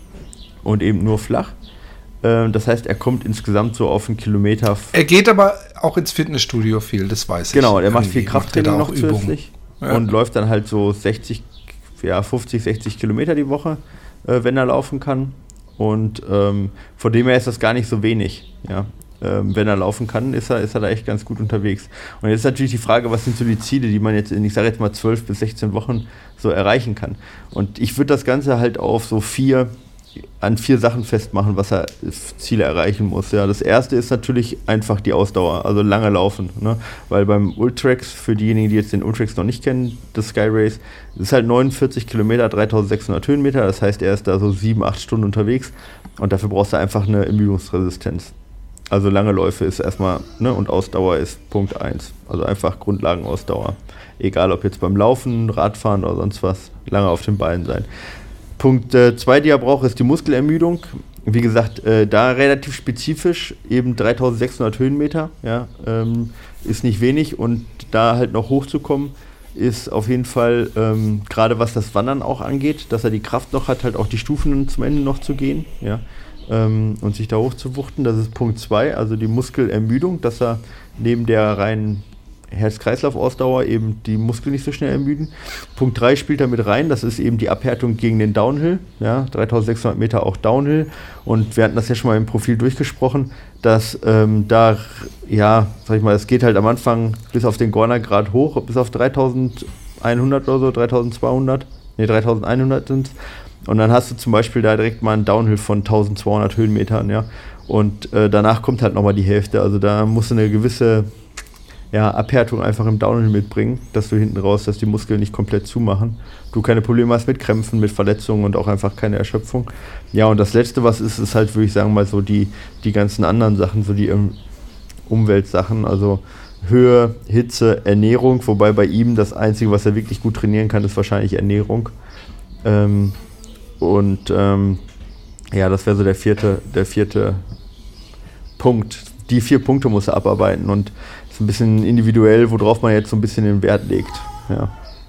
und eben nur flach. Ähm, das heißt, er kommt insgesamt so auf einen Kilometer. Er geht aber auch ins Fitnessstudio viel, das weiß ich. Genau, er macht viel Krafttraining noch zusätzlich. Ja. Und läuft dann halt so sechzig, ja, fünfzig, sechzig Kilometer die Woche, äh, wenn er laufen kann. Und ähm, von dem her ist das gar nicht so wenig. Ja. Ähm, wenn er laufen kann, ist er, ist er da echt ganz gut unterwegs. Und jetzt ist natürlich die Frage, was sind so die Ziele, die man jetzt in, ich sage jetzt mal zwölf bis sechzehn Wochen so erreichen kann. Und ich würde das Ganze halt auf so vier, an vier Sachen festmachen, was er Ziele erreichen muss. Ja, das erste ist natürlich einfach die Ausdauer, also lange laufen. Ne? Weil beim Ultrax, für diejenigen, die jetzt den Ultrax noch nicht kennen, das Sky Race, ist halt neunundvierzig Kilometer, dreitausendsechshundert Höhenmeter. Das heißt, er ist da so sieben, acht Stunden unterwegs und dafür brauchst du einfach eine Ermüdungsresistenz. Also lange Läufe ist erstmal, ne, und Ausdauer ist Punkt eins. Also einfach Grundlagenausdauer. Egal ob jetzt beim Laufen, Radfahren oder sonst was, lange auf den Beinen sein. Punkt zwei, äh, die er braucht, ist die Muskelermüdung. Wie gesagt, äh, da relativ spezifisch, eben dreitausendsechshundert Höhenmeter, ja, ähm, ist nicht wenig und da halt noch hochzukommen, ist auf jeden Fall, ähm, gerade was das Wandern auch angeht, dass er die Kraft noch hat, halt auch die Stufen zum Ende noch zu gehen, ja, ähm, und sich da hochzuwuchten. Das ist Punkt zwei, also die Muskelermüdung, dass er neben der reinen Herz-Kreislauf-Ausdauer eben die Muskeln nicht so schnell ermüden. Punkt drei spielt da mit rein, das ist eben die Abhärtung gegen den Downhill, ja, dreitausendsechshundert Meter auch Downhill, und wir hatten das ja schon mal im Profil durchgesprochen, dass ähm, da, ja, sag ich mal, es geht halt am Anfang bis auf den Gornergrad hoch, bis auf dreitausendeinhundert oder so, dreitausendzweihundert, ne, dreitausendeinhundert sind es, und dann hast du zum Beispiel da direkt mal einen Downhill von eintausendzweihundert Höhenmetern, ja, und äh, danach kommt halt nochmal die Hälfte, also da musst du eine gewisse ja, Abhärtung einfach im Downhill mitbringen, dass du hinten raus, dass die Muskeln nicht komplett zumachen. Du keine Probleme hast mit Krämpfen, mit Verletzungen und auch einfach keine Erschöpfung. Ja, und das Letzte, was ist, ist halt, würde ich sagen, mal so die, die ganzen anderen Sachen, so die um, Umweltsachen, also Höhe, Hitze, Ernährung, wobei bei ihm das Einzige, was er wirklich gut trainieren kann, ist wahrscheinlich Ernährung. Ähm, und ähm, ja, das wäre so der vierte, der vierte Punkt. Die vier Punkte muss er abarbeiten, und ist ein bisschen individuell, worauf man jetzt so ein bisschen den Wert legt. Ja.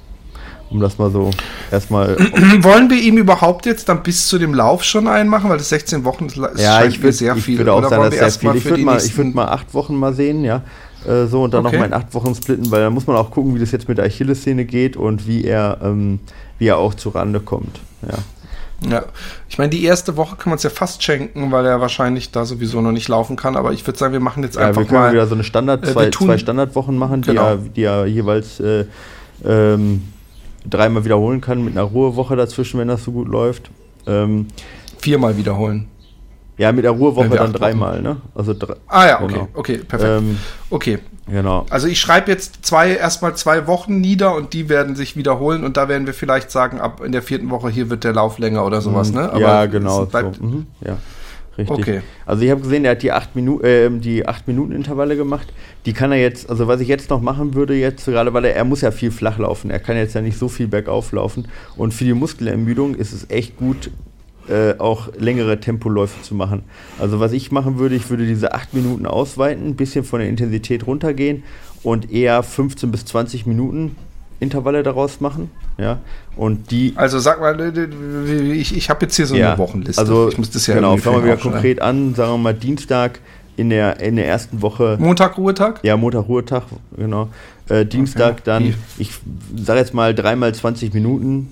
Um das mal so erstmal. Wollen wir ihm überhaupt jetzt dann bis zu dem Lauf schon einmachen? Weil das sechzehn Wochen ist ja, ich würd, sehr viel. Ich würde auch Oder sagen, das ist sehr viel. Ich würde mal, würd mal acht Wochen mal sehen, ja. Äh, so, und dann okay. nochmal in acht Wochen splitten, weil da muss man auch gucken, wie das jetzt mit der Achillessehne geht und wie er, ähm, wie er auch zurande kommt. Ja. Ja, ich meine, die erste Woche kann man es ja fast schenken, weil er wahrscheinlich da sowieso noch nicht laufen kann, aber ich würde sagen, wir machen jetzt ja, einfach wir können mal wieder so eine Standard, zwei, zwei Standardwochen machen, die, genau. er, die er jeweils äh, ähm, dreimal wiederholen kann, mit einer Ruhewoche dazwischen, wenn das so gut läuft. Ähm, Viermal wiederholen. Ja, mit der Ruhewoche dann dreimal, ne? Also drei, ah ja, okay, genau. okay, perfekt. Ähm, okay. Genau. Also ich schreibe jetzt zwei, erstmal zwei Wochen nieder, und die werden sich wiederholen, und da werden wir vielleicht sagen, ab in der vierten Woche hier wird der Lauf länger oder sowas, ne? Aber ja, genau. So. Mhm. Ja, richtig. Okay. Also ich habe gesehen, er hat die acht Minuten, äh, die acht Minuten Intervalle gemacht. Die kann er jetzt, also was ich jetzt noch machen würde jetzt, gerade weil er, er muss ja viel flach laufen. Er kann jetzt ja nicht so viel bergauf laufen, und für die Muskelermüdung ist es echt gut, Äh, auch längere Tempoläufe zu machen. Also was ich machen würde, ich würde diese acht Minuten ausweiten, ein bisschen von der Intensität runtergehen und eher fünfzehn bis zwanzig Minuten Intervalle daraus machen. Ja, und die. Also sag mal, ich, ich habe jetzt hier so ja, eine Wochenliste. Also ich muss das ja genau, fangen wir wieder konkret an, sagen wir mal Dienstag in der, in der ersten Woche. Montag Ruhetag? Ja, Montag Ruhetag, genau. Äh, Dienstag okay. dann, Wie? ich sage jetzt mal dreimal zwanzig Minuten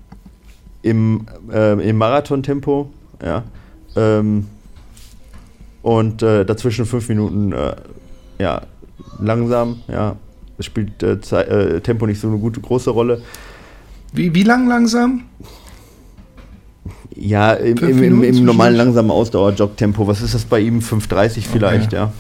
im, äh, im Marathontempo, ja, ähm, und äh, dazwischen fünf Minuten äh, ja, langsam, ja, es spielt äh, Ze- äh, Tempo nicht so eine gute große Rolle. Wie, wie lang langsam? Ja, im, im, im, im normalen langsamen Ausdauer-Jog-Tempo, was ist das bei ihm? fünf dreißig vielleicht, okay. ja.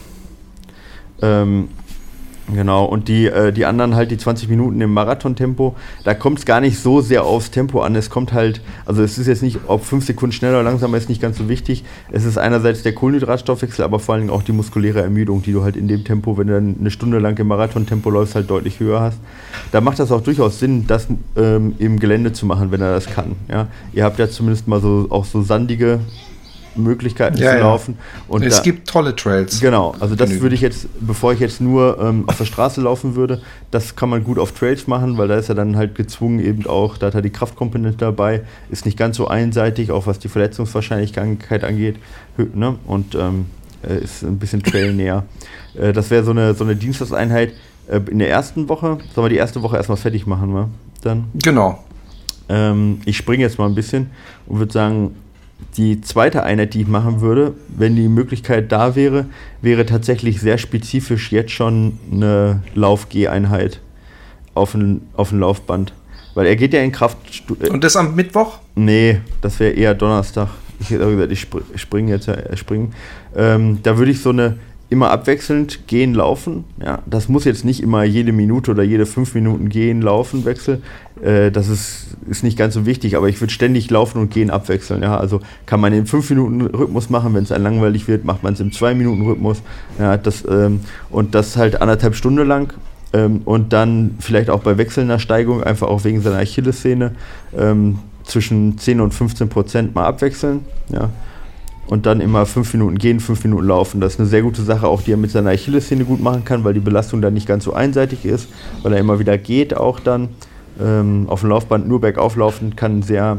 Ähm, Genau, und die, äh, die anderen halt die zwanzig Minuten im Marathontempo, da kommt es gar nicht so sehr aufs Tempo an. Es kommt halt, also es ist jetzt nicht, ob fünf Sekunden schneller oder langsamer ist nicht ganz so wichtig. Es ist einerseits der Kohlenhydratstoffwechsel, aber vor allen Dingen auch die muskuläre Ermüdung, die du halt in dem Tempo, wenn du dann eine Stunde lang im Marathontempo läufst, halt deutlich höher hast. Da macht das auch durchaus Sinn, das ähm, im Gelände zu machen, wenn er das kann. Ja? Ihr habt ja zumindest mal so auch so sandige Möglichkeiten ja, zu ja. laufen. Und es da, gibt tolle Trails. Genau, also das genügend. würde ich jetzt, bevor ich jetzt nur ähm, auf der Straße laufen würde, das kann man gut auf Trails machen, weil da ist er dann halt gezwungen eben auch, da hat er die Kraftkomponente dabei, ist nicht ganz so einseitig, auch was die Verletzungswahrscheinlichkeit angeht, ne? Und ähm, ist ein bisschen trailnäher. Äh, das wäre so eine, so eine Dienstagseinheit äh, in der ersten Woche. Sollen wir die erste Woche erstmal fertig machen, wa? Dann? Genau. Ähm, ich springe jetzt mal ein bisschen und würde sagen, die zweite Einheit, die ich machen würde, wenn die Möglichkeit da wäre, wäre tatsächlich sehr spezifisch jetzt schon eine Lauf-G-Einheit auf ein, auf ein Laufband. Weil er geht ja in Kraft... Und das am Mittwoch? Nee, das wäre eher Donnerstag. Ich hätte gesagt, ich spr- springe jetzt, äh, springen. Ähm, da würde ich so eine immer abwechselnd gehen, laufen. Ja, das muss jetzt nicht immer jede Minute oder jede fünf Minuten gehen, laufen, wechseln. Äh, das ist, ist nicht ganz so wichtig, aber ich würde ständig laufen und gehen abwechseln. Ja, also kann man im fünf Minuten Rhythmus machen, wenn es einem langweilig wird, macht man es im zwei Minuten Rhythmus. Ja, das, ähm, und das halt anderthalb Stunden lang. Ähm, und dann vielleicht auch bei wechselnder Steigung, einfach auch wegen seiner Achillessehne, ähm, zwischen zehn und fünfzehn Prozent mal abwechseln. Ja. Und dann immer fünf Minuten gehen, fünf Minuten laufen. Das ist eine sehr gute Sache, auch die er mit seiner Achillessehne gut machen kann, weil die Belastung dann nicht ganz so einseitig ist, weil er immer wieder geht auch dann. Ähm, auf dem Laufband nur bergauf laufen kann sehr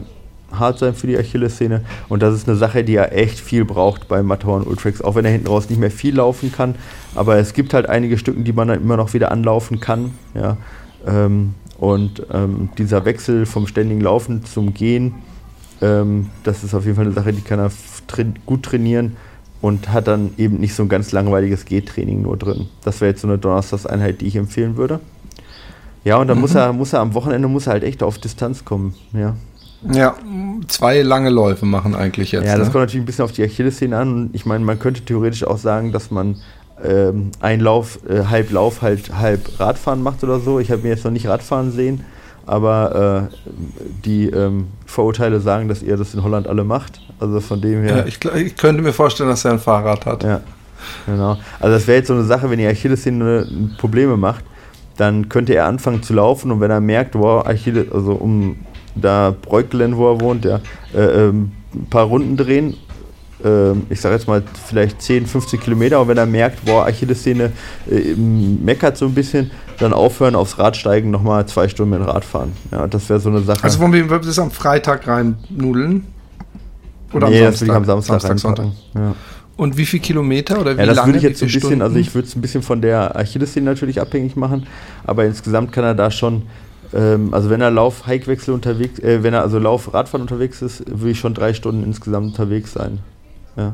hart sein für die Achillessehne. Und das ist eine Sache, die er echt viel braucht bei Matterhorn Ultrex, auch wenn er hinten raus nicht mehr viel laufen kann. Aber es gibt halt einige Stücken, die man dann immer noch wieder anlaufen kann. Ja. Ähm, und ähm, dieser Wechsel vom ständigen Laufen zum Gehen, ähm, das ist auf jeden Fall eine Sache, die kann er tra- gut trainieren und hat dann eben nicht so ein ganz langweiliges Gehtraining nur drin. Das wäre jetzt so eine Donnerstagseinheit, die ich empfehlen würde. Ja, und dann mhm. muss er, muss er am Wochenende muss er halt echt auf Distanz kommen. Ja. Ja, zwei lange Läufe machen eigentlich jetzt. Ja, das ne? kommt natürlich ein bisschen auf die Achillessehne an. Und ich meine, man könnte theoretisch auch sagen, dass man ähm, ein Lauf, äh, halb Lauf, halt halb Radfahren macht oder so. Ich habe mir jetzt noch nicht Radfahren sehen, aber äh, die ähm, Vorurteile sagen, dass ihr das in Holland alle macht. Also von dem her. Ja, ich, ich könnte mir vorstellen, dass er ein Fahrrad hat. Ja, genau. Also das wäre jetzt so eine Sache, wenn die Achillessehne Probleme macht, dann könnte er anfangen zu laufen und wenn er merkt, wow, Achilles, also um da Breukelen, wo er wohnt, ja, äh, ähm, ein paar Runden drehen, äh, ich sage jetzt mal vielleicht zehn, fünfzehn Kilometer, und wenn er merkt, boah, Achillessehne äh, meckert so ein bisschen, dann aufhören, aufs Rad steigen, nochmal zwei Stunden mit dem Rad fahren. Ja, das wäre so eine Sache. Also wollen wir das am Freitag reinnudeln? Oder nee, am Samstag? Das will ich am Samstag, Samstag Sonntag. Ja. Und wie viele Kilometer oder wie ja, das lange? Würde ich jetzt so ein bisschen, Stunden? Also ich würde es ein bisschen von der Achillessehne natürlich abhängig machen, aber insgesamt kann er da schon, ähm, also wenn er Lauf-Hike-Wechsel unterwegs, äh, wenn er also Lauf-Radfahren unterwegs ist, würde ich schon drei Stunden insgesamt unterwegs sein. Ja.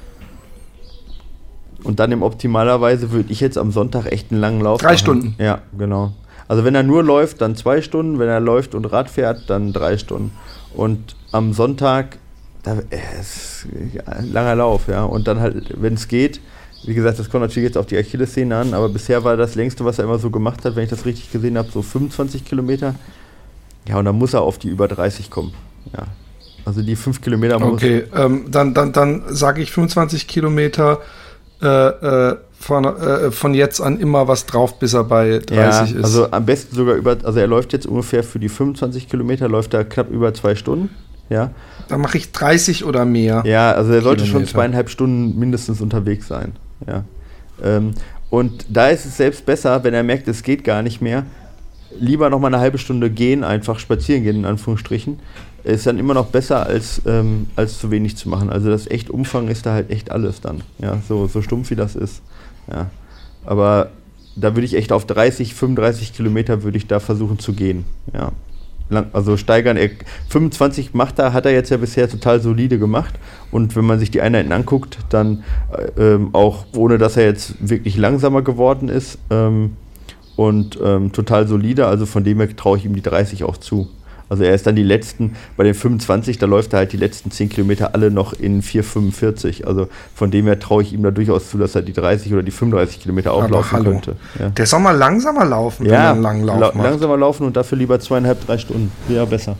Und dann im optimalerweise würde ich jetzt am Sonntag echt einen langen Lauf Drei machen. Stunden? Ja, genau. Also wenn er nur läuft, dann zwei Stunden, wenn er läuft und Rad fährt, dann drei Stunden. Und am Sonntag, da äh, ist ein langer Lauf, ja. Und dann halt, wenn es geht, wie gesagt, das kommt natürlich jetzt auf die Achillessehne an, aber bisher war das längste, was er immer so gemacht hat, wenn ich das richtig gesehen habe, so fünfundzwanzig Kilometer. Ja, und dann muss er auf die über dreißig kommen. Ja. Also die fünf Kilometer muss Okay, ähm, dann, dann, dann sage ich fünfundzwanzig Kilometer äh, äh, von, äh, von jetzt an immer was drauf, bis er bei dreißig ja, ist. Also am besten sogar über, also er läuft jetzt ungefähr für die fünfundzwanzig Kilometer, läuft er knapp über zwei Stunden. Ja. Dann mache ich dreißig oder mehr. Ja, also er sollte Kilometer. schon zweieinhalb Stunden mindestens unterwegs sein. Ja. Ähm, und da ist es selbst besser, wenn er merkt, es geht gar nicht mehr, lieber noch mal eine halbe Stunde gehen, einfach spazieren gehen, in Anführungsstrichen, ist dann immer noch besser, als, ähm, als zu wenig zu machen. Also das echt Umfang ist da halt echt alles dann. Ja, so, so stumpf wie das ist. Ja. Aber da würde ich echt auf dreißig, fünfunddreißig Kilometer würde ich da versuchen zu gehen. Ja. Also steigern, er, fünfundzwanzig macht er, hat er jetzt ja bisher total solide gemacht, und wenn man sich die Einheiten anguckt, dann äh, ähm, auch ohne, dass er jetzt wirklich langsamer geworden ist ähm, und ähm, total solide, also von dem her traue ich ihm die dreißig auch zu. Also er ist dann die letzten, bei den fünfundzwanzig, da läuft er halt die letzten zehn Kilometer alle noch in vier fünfundvierzig. Also von dem her traue ich ihm da durchaus zu, dass er die dreißig oder die fünfunddreißig Kilometer auch laufen hallo. könnte. Ja. Der soll mal langsamer laufen, ja, wenn er einen langen Lauf la- macht. langsamer laufen und dafür lieber zweieinhalb, drei Stunden. Ja, besser.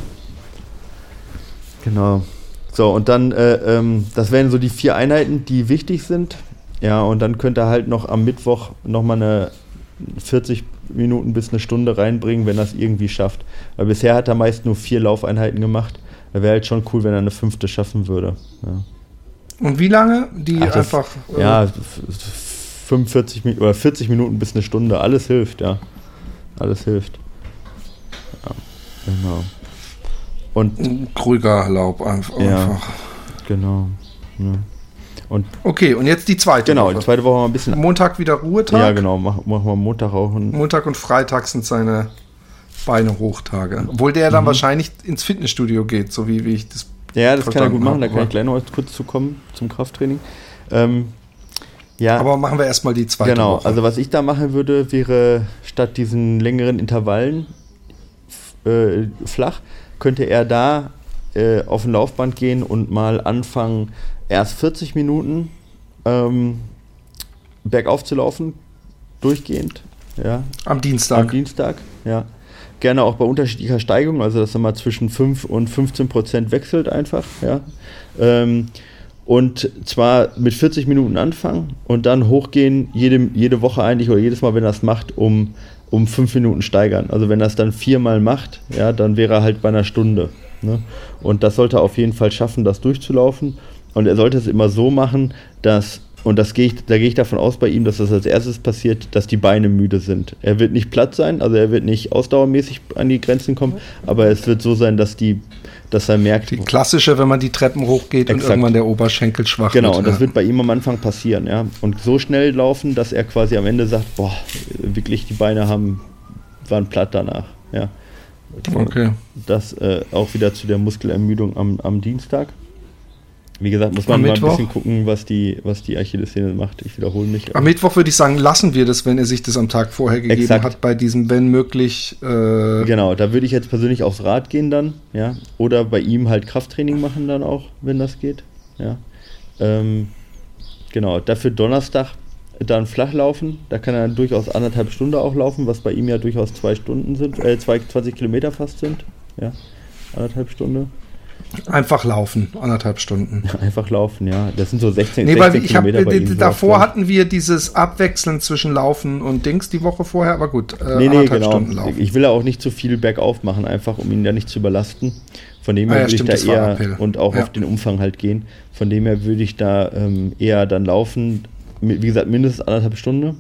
Genau. So, und dann, äh, ähm, das wären so die vier Einheiten, die wichtig sind. Ja, und dann könnte er halt noch am Mittwoch nochmal eine vierzig Minuten bis eine Stunde reinbringen, wenn er es irgendwie schafft. Weil bisher hat er meist nur vier Laufeinheiten gemacht. Da wäre halt schon cool, wenn er eine fünfte schaffen würde. Ja. Und wie lange? Die Ach, das, einfach... Äh, ja, fünfundvierzig Minuten oder vierzig Minuten bis eine Stunde. Alles hilft, ja. Alles hilft. Ja, genau. Und ein ruhiger Lauf einfach. Ja, genau. Ja. Und okay, und jetzt die zweite genau, Woche. Genau, die zweite Woche mal ein bisschen... Montag wieder Ruhetag? Ja, genau, machen mach wir Montag auch. Und Montag und Freitag sind seine Beine-Hochtage. Obwohl der dann mhm. wahrscheinlich ins Fitnessstudio geht, so wie, wie ich das Ja, das kann er gut machen, da kann ich gleich noch kurz zu kommen, zum Krafttraining. Ähm, ja, aber machen wir erstmal die zweite genau, Woche. Also was ich da machen würde, wäre statt diesen längeren Intervallen äh, flach, könnte er da äh, auf ein Laufband gehen und mal anfangen, erst vierzig Minuten ähm, bergauf zu laufen, durchgehend. Ja. Am Dienstag. Am Dienstag, ja. Gerne auch bei unterschiedlicher Steigung, also dass er mal zwischen fünf und fünfzehn Prozent wechselt einfach. Ja. Ähm, und zwar mit vierzig Minuten anfangen und dann hochgehen, jede, jede Woche eigentlich oder jedes Mal, wenn er es macht, um, um fünf Minuten steigern. Also wenn er es dann viermal macht, ja, dann wäre er halt bei einer Stunde. Ne? Und das sollte er auf jeden Fall schaffen, das durchzulaufen. Und er sollte es immer so machen, dass und das gehe ich, da gehe ich davon aus bei ihm, dass das als erstes passiert, dass die Beine müde sind. Er wird nicht platt sein, also er wird nicht ausdauermäßig an die Grenzen kommen, aber es wird so sein, dass die, dass er merkt... Die klassische, wenn man die Treppen hochgeht exakt. Und irgendwann der Oberschenkel schwach genau, wird. Genau, und das ja. wird bei ihm am Anfang passieren, ja. Und so schnell laufen, dass er quasi am Ende sagt, boah, wirklich die Beine haben, waren platt danach, ja. Okay. Das äh, auch wieder zu der Muskelermüdung am, am Dienstag. Wie gesagt, muss man mal ein bisschen gucken, was die, was die Achillessehne macht. Ich wiederhole mich. Am Mittwoch würde ich sagen, lassen wir das, wenn er sich das am Tag vorher gegeben Exakt. hat, bei diesem, wenn möglich. Äh genau, da würde ich jetzt persönlich aufs Rad gehen dann, ja. Oder bei ihm halt Krafttraining machen dann auch, wenn das geht. Ja. Ähm, genau, dafür Donnerstag dann flach laufen. Da kann er durchaus anderthalb Stunden auch laufen, was bei ihm ja durchaus zwei Stunden sind, äh, zwanzig Kilometer fast sind. Ja, anderthalb Stunden. Einfach laufen, anderthalb Stunden. Ja, einfach laufen, ja. Das sind so sechzehn, nee, sechzehn ich Kilometer hab, bei ihm. Davor so hatten wir dieses Abwechseln zwischen Laufen und Dings die Woche vorher, aber gut, äh, nee, nee, genau. Stunden laufen. Ich will ja auch nicht zu viel bergauf machen, einfach um ihn ja nicht zu überlasten. Von dem her ah, ja, würde stimmt, ich da eher und auch ja. auf den Umfang halt gehen. Von dem her würde ich da ähm, eher dann laufen, wie gesagt, mindestens anderthalb Stunden.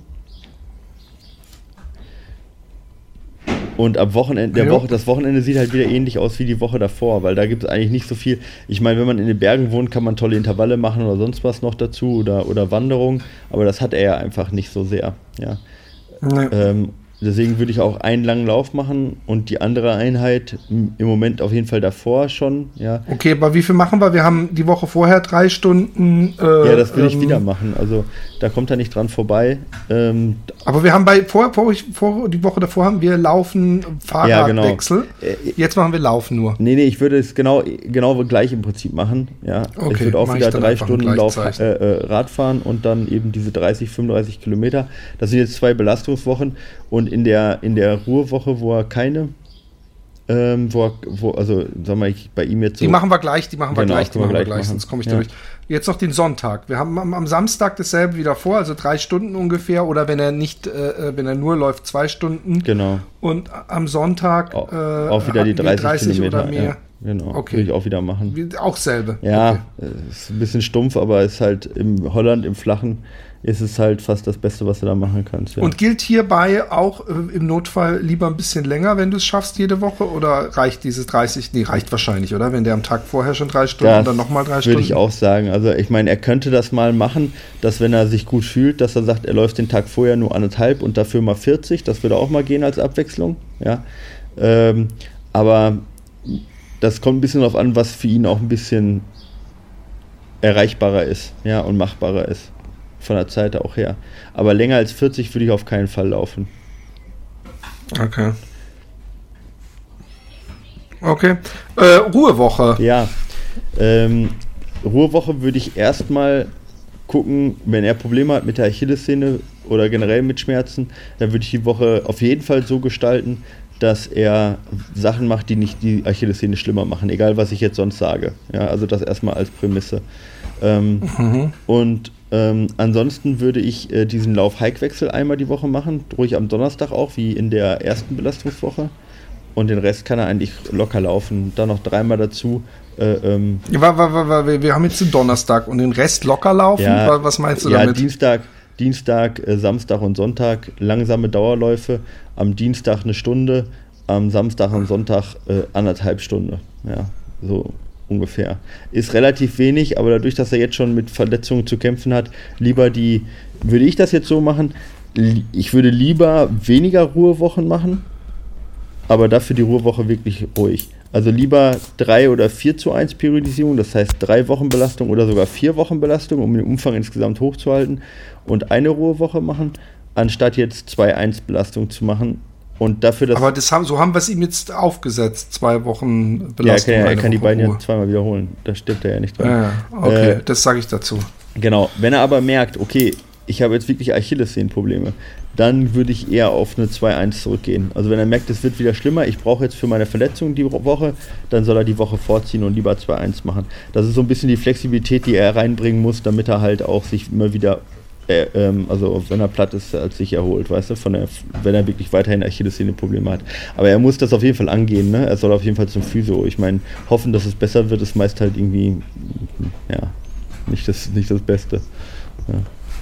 Und am Wochenende, der Woche, das Wochenende sieht halt wieder ähnlich aus wie die Woche davor, weil da gibt es eigentlich nicht so viel. Ich meine, wenn man in den Bergen wohnt, kann man tolle Intervalle machen oder sonst was noch dazu oder, oder Wanderung, aber das hat er ja einfach nicht so sehr. Ja. Nee. Ähm, deswegen würde ich auch einen langen Lauf machen und die andere Einheit im Moment auf jeden Fall davor schon. Ja. Okay, aber wie viel machen wir? Wir haben die Woche vorher drei Stunden. Äh, ja, das will ich ähm, wieder machen. Also da kommt er nicht dran vorbei. Ähm, aber wir haben bei vor, vor, vor die Woche davor haben wir Laufen, Fahrradwechsel. Ja, genau. Jetzt machen wir Laufen nur. Nee, nee, ich würde es genau, genau gleich im Prinzip machen. Ja. Okay, ich würde auch wieder drei Stunden Lauf, äh, äh, Rad fahren und dann eben diese dreißig, fünfunddreißig Kilometer. Das sind jetzt zwei Belastungswochen. Und in der, in der Ruhewoche, wo er keine, ähm, wo, er, wo also sagen wir ich bei ihm jetzt so. Die machen wir gleich, die machen wir genau, gleich, die machen wir gleich, machen. sonst komme ich ja. durch. Jetzt noch den Sonntag. Wir haben am, am Samstag dasselbe wieder vor, also drei Stunden ungefähr, oder wenn er nicht, äh, wenn er nur läuft, zwei Stunden. Genau. Und am Sonntag auch, äh, auch wieder die dreißig, dreißig Kilometer oder mehr. Ja, genau. Okay. Will ich auch wieder machen. Wie, auch selbe. Ja, okay. Ist ein bisschen stumpf, aber ist halt im Holland im Flachen ist es halt fast das Beste, was du da machen kannst. Ja. Und gilt hierbei auch äh, im Notfall lieber ein bisschen länger, wenn du es schaffst jede Woche, oder reicht dieses dreißig? Nee, reicht wahrscheinlich, oder? Wenn der am Tag vorher schon drei Stunden und dann nochmal drei Stunden. Würde ich auch sagen. Also ich meine, er könnte das mal machen, dass wenn er sich gut fühlt, dass er sagt, er läuft den Tag vorher nur anderthalb und dafür mal vierzig. Das würde auch mal gehen als Abwechslung. Ja. Ähm, aber das kommt ein bisschen darauf an, was für ihn auch ein bisschen erreichbarer ist, ja, und machbarer ist. Von der Zeit auch her. Aber länger als vierzig würde ich auf keinen Fall laufen. Okay. Okay. Äh, Ruhewoche. Ja. Ähm, Ruhewoche würde ich erstmal gucken, wenn er Probleme hat mit der Achillessehne oder generell mit Schmerzen, dann würde ich die Woche auf jeden Fall so gestalten, dass er Sachen macht, die nicht die Achillessehne schlimmer machen, egal was ich jetzt sonst sage. Ja, also das erstmal als Prämisse. Ähm, mhm. Und ähm, ansonsten würde ich äh, diesen Lauf-Hike-Wechsel einmal die Woche machen, ruhig am Donnerstag auch, wie in der ersten Belastungswoche. Und den Rest kann er eigentlich locker laufen. Dann noch dreimal dazu. Äh, ähm, ja, war, war, war, war, wir haben jetzt den Donnerstag und den Rest locker laufen? Ja, was meinst du ja, damit? Dienstag, Dienstag, äh, Samstag und Sonntag langsame Dauerläufe. Am Dienstag eine Stunde, am Samstag und Sonntag äh, anderthalb Stunden. Ja, so ungefähr. Ist relativ wenig, aber dadurch, dass er jetzt schon mit Verletzungen zu kämpfen hat, lieber die, würde ich das jetzt so machen, ich würde lieber weniger Ruhewochen machen, aber dafür die Ruhewoche wirklich ruhig. Also lieber drei oder vier zu eins Periodisierung, das heißt drei Wochen Belastung oder sogar vier Wochen Belastung, um den Umfang insgesamt hochzuhalten und eine Ruhewoche machen, anstatt jetzt zwei eins Belastung zu machen. Und dafür, dass aber das haben, so haben wir es ihm jetzt aufgesetzt, zwei Wochen Belastung. Ja, er kann, er kann die beiden ja zweimal wiederholen, da stirbt er ja nicht dran. Ja, okay, äh, das sage ich dazu. Genau, wenn er aber merkt, okay, ich habe jetzt wirklich Achillessehnenprobleme, dann würde ich eher auf eine zwei eins zurückgehen. Also wenn er merkt, es wird wieder schlimmer, ich brauche jetzt für meine Verletzung die Woche, dann soll er die Woche vorziehen und lieber zwei eins machen. Das ist so ein bisschen die Flexibilität, die er reinbringen muss, damit er halt auch sich immer wieder, äh, ähm, also wenn er platt ist, als sich erholt, weißt du, von der, wenn er wirklich weiterhin Achillessehnenprobleme hat. Aber er muss das auf jeden Fall angehen, ne? Er soll auf jeden Fall zum Physio. Ich meine, hoffen, dass es besser wird, ist meist halt irgendwie, ja, nicht das, nicht das Beste. Ja.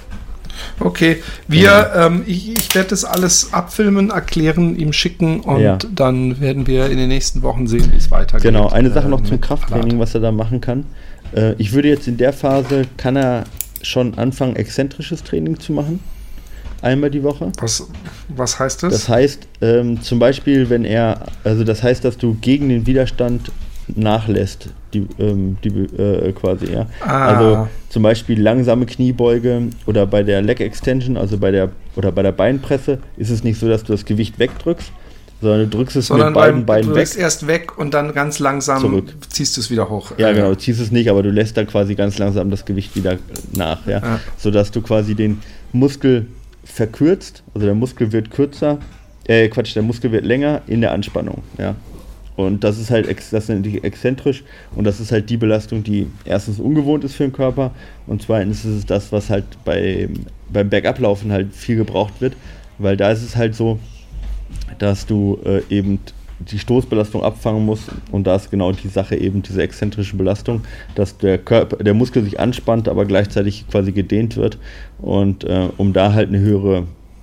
Okay, wir, ja. ähm, ich, ich werde das alles abfilmen, erklären, ihm schicken und ja. dann werden wir in den nächsten Wochen sehen, wie es weitergeht. Genau, eine Sache äh, noch zum Krafttraining, Alat. Was er da machen kann. Äh, ich würde jetzt in der Phase, kann er schon anfangen, exzentrisches Training zu machen. Einmal die Woche. Was, was heißt das? Das heißt, ähm, zum Beispiel, wenn er, also das heißt, dass du gegen den Widerstand nachlässt, die, ähm, die äh, quasi, ja. Ah. Also zum Beispiel langsame Kniebeuge oder bei der Leg Extension, also bei der oder bei der Beinpresse, ist es nicht so, dass du das Gewicht wegdrückst, sondern du drückst es sondern mit beiden Beinen weg. Du drückst erst weg und dann ganz langsam zurück. Ziehst du es wieder hoch. Ja, genau, du ziehst es nicht, aber du lässt dann quasi ganz langsam das Gewicht wieder nach, ja. Ah. Sodass du quasi den Muskel verkürzt, also der Muskel wird kürzer, äh, Quatsch, der Muskel wird länger in der Anspannung, ja. Und das ist halt ex- das nennt sich exzentrisch und das ist halt die Belastung, die erstens ungewohnt ist für den Körper und zweitens ist es das, was halt bei, beim Bergablaufen halt viel gebraucht wird, weil da ist es halt so, dass du äh, eben die Stoßbelastung abfangen musst und da ist genau die Sache eben diese exzentrische Belastung, dass der Körper, der Muskel sich anspannt, aber gleichzeitig quasi gedehnt wird und äh, um da halt eine höhere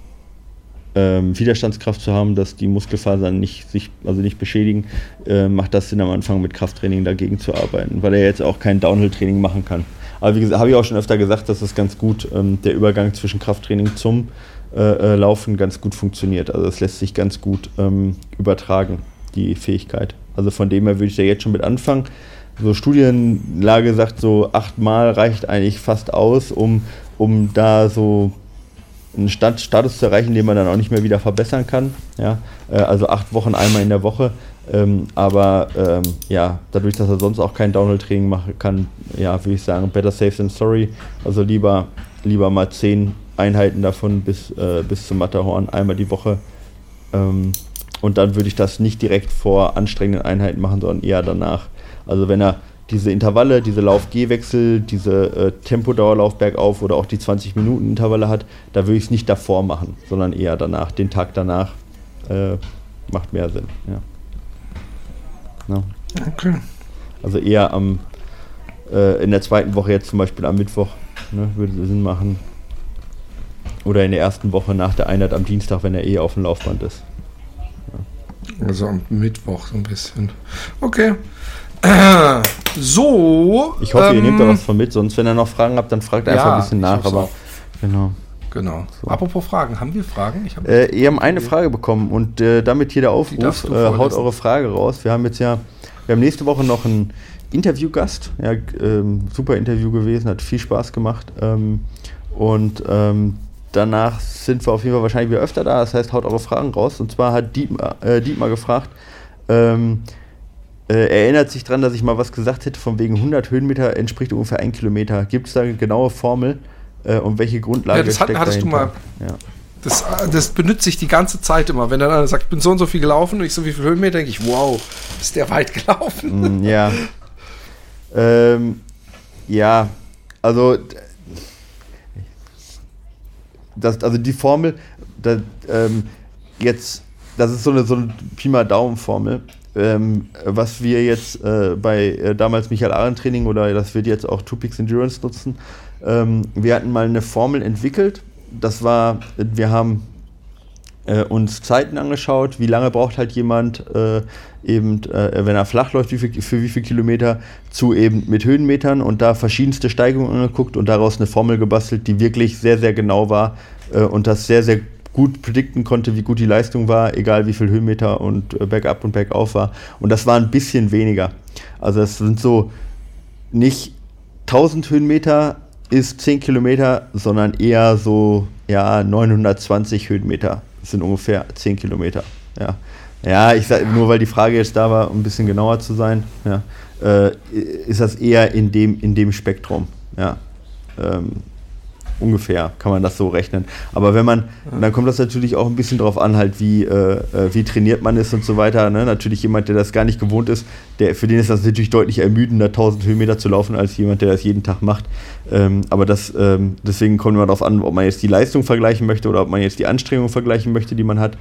Ähm, Widerstandskraft zu haben, dass die Muskelfasern nicht sich also nicht beschädigen, äh, macht das Sinn am Anfang mit Krafttraining dagegen zu arbeiten, weil er jetzt auch kein Downhill-Training machen kann. Aber wie gesagt, habe ich auch schon öfter gesagt, dass es ganz gut ähm, der Übergang zwischen Krafttraining zum äh, äh, Laufen ganz gut funktioniert. Also das lässt sich ganz gut ähm, übertragen, die Fähigkeit. Also von dem her würde ich da jetzt schon mit anfangen. So Studienlage sagt so achtmal reicht eigentlich fast aus, um, um da so einen Stand, Status zu erreichen, den man dann auch nicht mehr wieder verbessern kann. Ja? Äh, also acht Wochen einmal in der Woche. Ähm, aber ähm, ja, dadurch, dass er sonst auch kein Downhill-Training machen kann, ja, würde ich sagen, better safe than sorry. Also lieber, lieber mal zehn Einheiten davon bis, äh, bis zum Matterhorn, einmal die Woche. Ähm, und dann würde ich das nicht direkt vor anstrengenden Einheiten machen, sondern eher danach. Also wenn er diese Intervalle, diese Lauf-Geh-Wechsel, diese äh, Tempodauerlauf bergauf oder auch die zwanzig Minuten Intervalle hat, da würde ich es nicht davor machen, sondern eher danach, den Tag danach. Äh, macht mehr Sinn, ja. No. Okay. Also eher am äh, in der zweiten Woche jetzt zum Beispiel am Mittwoch, ne, würde Sinn machen. Oder in der ersten Woche nach der Einheit am Dienstag, wenn er eh auf dem Laufband ist. Ja. Also am Mittwoch so ein bisschen. Okay. So. Ich hoffe, ähm, ihr nehmt da was von mit, sonst wenn ihr noch Fragen habt, dann fragt einfach ja, ein bisschen nach. Aber genau. Genau. So. Apropos Fragen, haben wir Fragen? Ich hab äh, ihr habt eine Frage bekommen und äh, damit jeder Aufruf, äh, haut eure Frage raus. Wir haben jetzt ja, wir haben nächste Woche noch einen Interviewgast. Ja, ähm, super Interview gewesen, hat viel Spaß gemacht. Ähm, und ähm, danach sind wir auf jeden Fall wahrscheinlich wieder öfter da. Das heißt, haut eure Fragen raus. Und zwar hat Dietmar, äh, Dietmar gefragt, ähm, Äh, erinnert sich daran, dass ich mal was gesagt hätte, von wegen hundert Höhenmeter entspricht ungefähr ein Kilometer. Gibt es da eine genaue Formel äh, und welche Grundlage ja, das hat, steckt hattest dahinter? Du mal, ja. das, das benutze ich die ganze Zeit immer. Wenn dann einer sagt, ich bin so und so viel gelaufen und ich so wie viele Höhenmeter, denke ich, wow, ist der weit gelaufen? Mm, ja. ähm, ja, also das, also die Formel, das, ähm, jetzt, das ist so eine, so eine Pi mal Daumen-Formel. Ähm, was wir jetzt äh, bei äh, damals Michael Arendt Training oder das wird jetzt auch Two Peaks Endurance nutzen. Ähm, wir hatten mal eine Formel entwickelt. Das war, wir haben äh, uns Zeiten angeschaut, wie lange braucht halt jemand äh, eben, äh, wenn er flach läuft, wie viel, für wie viele Kilometer zu eben mit Höhenmetern und da verschiedenste Steigungen angeguckt und daraus eine Formel gebastelt, die wirklich sehr, sehr genau war äh, und das sehr, sehr gut predikten konnte, wie gut die Leistung war, egal wie viel Höhenmeter und äh, bergab und bergauf war. Und das war ein bisschen weniger. Also es sind so nicht tausend Höhenmeter ist zehn Kilometer, sondern eher so ja neunhundertzwanzig Höhenmeter sind ungefähr zehn Kilometer. Ja, ja ich sag, nur weil die Frage jetzt da war, um ein bisschen genauer zu sein, ja, äh, ist das eher in dem, in dem Spektrum. Ja, ähm, ungefähr kann man das so rechnen. Aber wenn man, und dann kommt das natürlich auch ein bisschen drauf an, halt wie, äh, wie trainiert man ist und so weiter. Ne? Natürlich jemand, der das gar nicht gewohnt ist, der, für den ist das natürlich deutlich ermüdender, tausend Höhenmeter zu laufen, als jemand, der das jeden Tag macht. Ähm, aber das, ähm, deswegen kommt immer darauf an, ob man jetzt die Leistung vergleichen möchte oder ob man jetzt die Anstrengung vergleichen möchte, die man hat.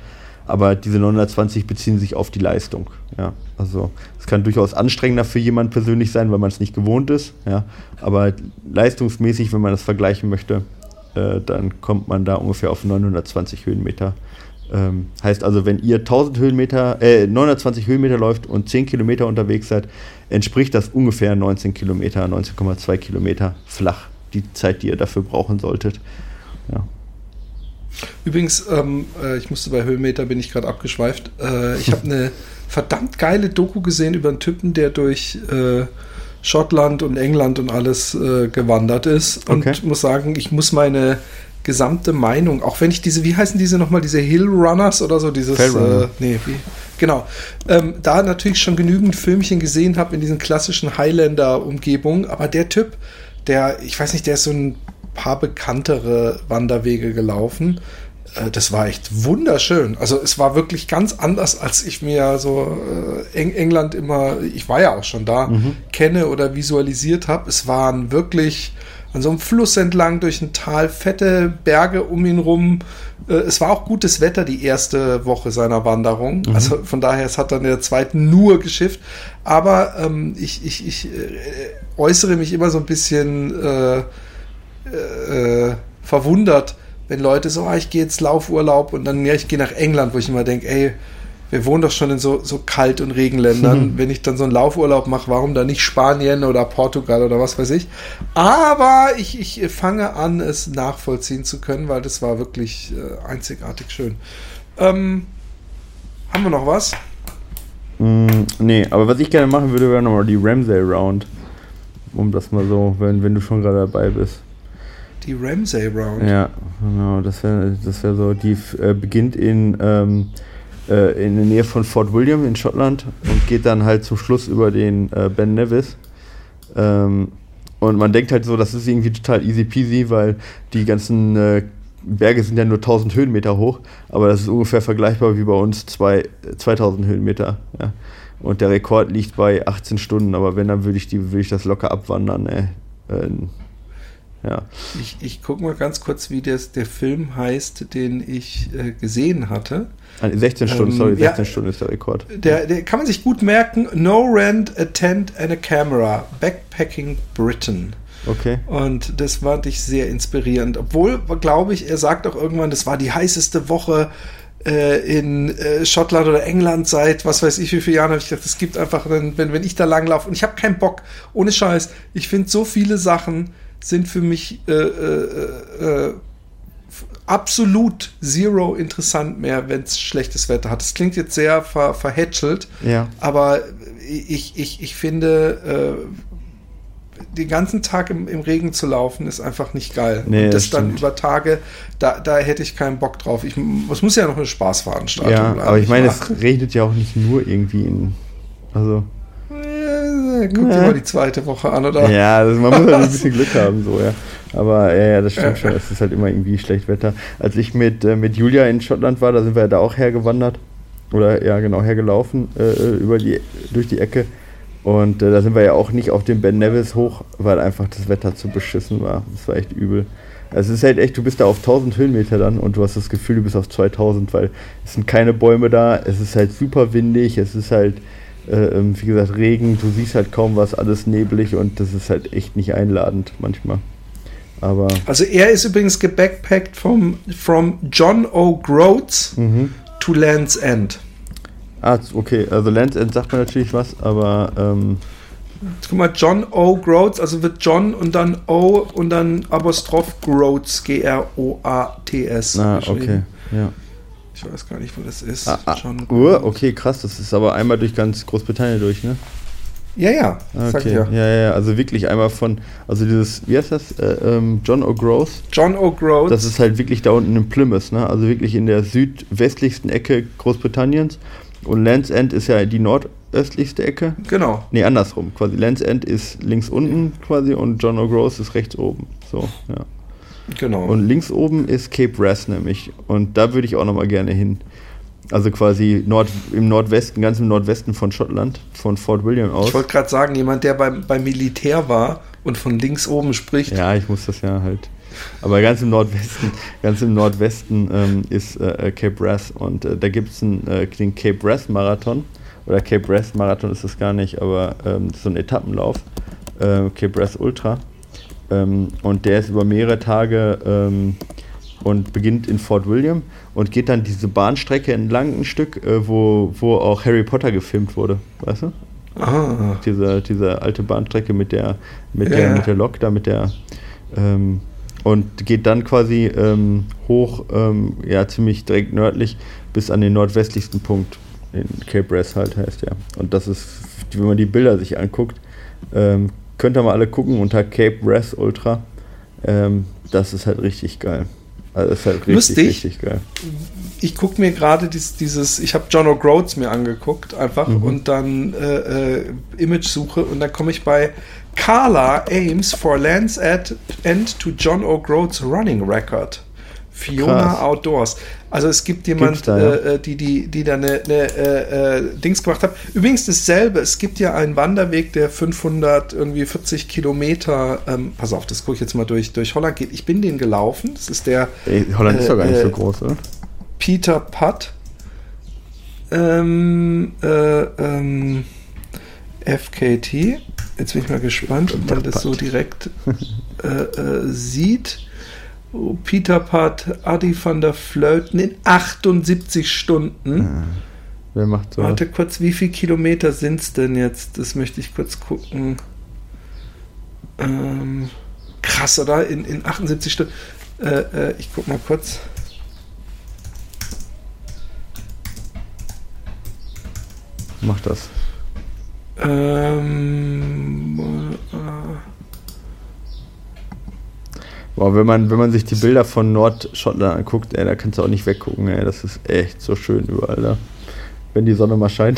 aber diese neunhundertzwanzig beziehen sich auf die Leistung. Ja, also es kann durchaus anstrengender für jemanden persönlich sein, weil man es nicht gewohnt ist. Ja, aber leistungsmäßig, wenn man das vergleichen möchte, äh, dann kommt man da ungefähr auf neunhundertzwanzig Höhenmeter. Ähm, heißt also, wenn ihr tausend Höhenmeter, äh, neunhundertzwanzig Höhenmeter läuft und zehn Kilometer unterwegs seid, entspricht das ungefähr neunzehn Kilometer, neunzehn Komma zwei Kilometer flach, die Zeit, die ihr dafür brauchen solltet. Ja. Übrigens, ähm, äh, ich musste bei Höhenmeter, bin ich gerade abgeschweift, äh, ich habe eine verdammt geile Doku gesehen über einen Typen, der durch äh, Schottland und England und alles äh, gewandert ist und okay. muss sagen, ich muss meine gesamte Meinung, auch wenn ich diese, wie heißen diese nochmal, diese Hill Runners oder so, dieses, äh, nee, wie, genau, ähm, da natürlich schon genügend Filmchen gesehen habe in diesen klassischen Highlander-Umgebungen, aber der Typ, der, ich weiß nicht, der ist so ein paar bekanntere Wanderwege gelaufen, äh, das war echt wunderschön, also es war wirklich ganz anders, als ich mir so äh, Eng- England immer, ich war ja auch schon da, mhm. kenne oder visualisiert habe, es waren wirklich an so einem Fluss entlang durch ein Tal, fette Berge um ihn rum. Äh, es war auch gutes Wetter die erste Woche seiner Wanderung. Mhm. Also von daher, es hat dann in der zweiten nur geschifft. Aber ähm, ich, ich, ich äh, äußere mich immer so ein bisschen äh, äh, verwundert, wenn Leute so, ah, ich gehe jetzt Laufurlaub und dann, ja, ich gehe nach England, wo ich immer denke, ey, wir wohnen doch schon in so, so Kalt- und Regenländern. Mhm. Wenn ich dann so einen Laufurlaub mache, warum dann nicht Spanien oder Portugal oder was weiß ich. Aber ich, ich fange an, es nachvollziehen zu können, weil das war wirklich äh, einzigartig schön. Ähm, haben wir noch was? Mm, nee, aber was ich gerne machen würde, wäre nochmal die Ramsay Round. Um das mal so, wenn, wenn du schon gerade dabei bist. Die Ramsay Round? Ja, genau. Das wäre das wär so, die äh, beginnt in... Ähm, in der Nähe von Fort William in Schottland und geht dann halt zum Schluss über den äh, Ben Nevis. Ähm, und man denkt halt so, das ist irgendwie total easy peasy, weil die ganzen äh, Berge sind ja nur tausend Höhenmeter hoch, aber das ist ungefähr vergleichbar wie bei uns zwei, zweitausend Höhenmeter. Ja. Und der Rekord liegt bei achtzehn Stunden, aber wenn, dann würde ich, die, würd ich das locker abwandern. Ey. Ähm, ja. Ich, ich gucke mal ganz kurz, wie das, der Film heißt, den ich äh, gesehen hatte. sechzehn Stunden, ähm, sorry, sechzehn ja, Stunden ist der Rekord. Der, der kann man sich gut merken. No Rent, a Tent and a Camera. Backpacking Britain. Okay. Und das fand ich sehr inspirierend. Obwohl, glaube ich, er sagt auch irgendwann, das war die heißeste Woche äh, in äh, Schottland oder England seit, was weiß ich, wie viele Jahren. Habe ich gedacht, es gibt einfach, wenn, wenn ich da langlaufe. Und ich habe keinen Bock, ohne Scheiß. Ich finde, so viele Sachen sind für mich äh, äh, äh, absolut zero interessant mehr, wenn es schlechtes Wetter hat. Das klingt jetzt sehr ver, verhätschelt, ja. aber ich, ich, ich finde, äh, den ganzen Tag im, im Regen zu laufen, ist einfach nicht geil. Nee, und das, das dann stimmt. über Tage, da, da hätte ich keinen Bock drauf. Ich, es muss ja noch eine Spaßveranstaltung ja, bleiben. aber ich meine, es regnet ja auch nicht nur irgendwie in, also ja, guck dir ja. mal die zweite Woche an, oder? Ja, also man muss halt ein bisschen Glück haben, so, ja. Aber ja, ja, das stimmt ja. schon, es ist halt immer irgendwie schlecht Wetter. Als ich mit, äh, mit Julia in Schottland war, da sind wir ja da auch hergewandert. Oder ja, genau, hergelaufen, äh, über die, durch die Ecke. Und äh, da sind wir ja auch nicht auf den Ben Nevis hoch, weil einfach das Wetter zu beschissen war. Das war echt übel. Also es ist halt echt, du bist da auf tausend Höhenmeter dann und du hast das Gefühl, du bist auf zweitausend, weil es sind keine Bäume da, es ist halt super windig, es ist halt, äh, wie gesagt, Regen, du siehst halt kaum was, alles neblig und das ist halt echt nicht einladend manchmal. Aber also er ist übrigens gebackpackt vom from John O'Groats mhm. to Land's End. Ah, okay, also Land's End sagt mir natürlich was, aber ähm guck mal, John O'Groats, also wird John und dann O und dann Apostroph Groats, G R O A T S. Ah, okay, ja. Ich weiß gar nicht, wo das ist. Ah, ah, John uh, okay, krass, das ist aber einmal durch ganz Großbritannien durch, ne? Ja, ja, sag okay. ich ja. Ja, ja, also wirklich einmal von, also dieses, wie heißt das, äh, ähm, John O'Groats? John O'Groats. Das ist halt wirklich da unten in Plymouth, ne? Also wirklich in der südwestlichsten Ecke Großbritanniens. Und Land's End ist ja die nordöstlichste Ecke. Genau. Nee, andersrum. Quasi Land's End ist links unten quasi und John O'Groats ist rechts oben. So, ja. Genau. Und links oben ist Cape Wrath nämlich. Und da würde ich auch nochmal gerne hin. Also quasi Nord, im Nordwesten, ganz im Nordwesten von Schottland, von Fort William aus. Ich wollte gerade sagen, jemand, der beim, beim Militär war und von links oben spricht. Ja, ich muss das ja halt. Aber ganz im Nordwesten, ganz im Nordwesten ähm, ist äh, Cape Wrath und äh, da gibt es äh, den Cape Wrath Marathon. Oder Cape Wrath Marathon ist das gar nicht, aber ähm, so ein Etappenlauf. Äh, Cape Wrath Ultra. Ähm, und der ist über mehrere Tage ähm, und beginnt in Fort William und geht dann diese Bahnstrecke entlang ein Stück, äh, wo, wo auch Harry Potter gefilmt wurde, weißt du? Ah. Diese, diese alte Bahnstrecke mit der, mit Ja. der, mit der Lok da, mit der ähm, und geht dann quasi ähm, hoch, ähm, ja ziemlich direkt nördlich bis an den nordwestlichsten Punkt, in Cape Wrath halt heißt der. Und das ist, wenn man die Bilder sich anguckt, ähm, könnt ihr mal alle gucken unter Cape Wrath Ultra. Ähm, das ist halt richtig geil. Also das ist halt richtig, Lustig. richtig geil. Ich gucke mir gerade dies, dieses, ich habe John O'Groats mir angeguckt einfach Mhm. und dann äh, äh, Image-Suche und dann komme ich bei Carla aims for Land's End to John O'Groats Running Record. Fiona Krass. Outdoors. Also es gibt jemand, da, ja? äh, die, die, die da eine, eine äh, äh, Dings gemacht hat. Übrigens dasselbe, es gibt ja einen Wanderweg, der fünfhundertvierzig Kilometer, ähm, pass auf, das gucke ich jetzt mal durch, durch Holland geht. Ich bin den gelaufen, das ist der Ey, Holland ist doch gar nicht äh, so groß, oder? Peter Putt. Ähm, äh, ähm, F K T. Jetzt bin ich mal gespannt, ob man das so direkt äh, äh, sieht. Oh, Peter Putt, Adi van der Vleuten in achtundsiebzig Stunden. Ja. Wer macht so? Warte kurz, wie viele Kilometer sind es denn jetzt? Das möchte ich kurz gucken. Ähm, krass, oder? In, in achtundsiebzig Stunden. Äh, äh, ich guck mal kurz. Mach das. Ähm, äh, Boah, wenn man, wenn man sich die Bilder von Nordschottland anguckt, ey, da kannst du auch nicht weggucken, ey. Das ist echt so schön überall da. Wenn die Sonne mal scheint.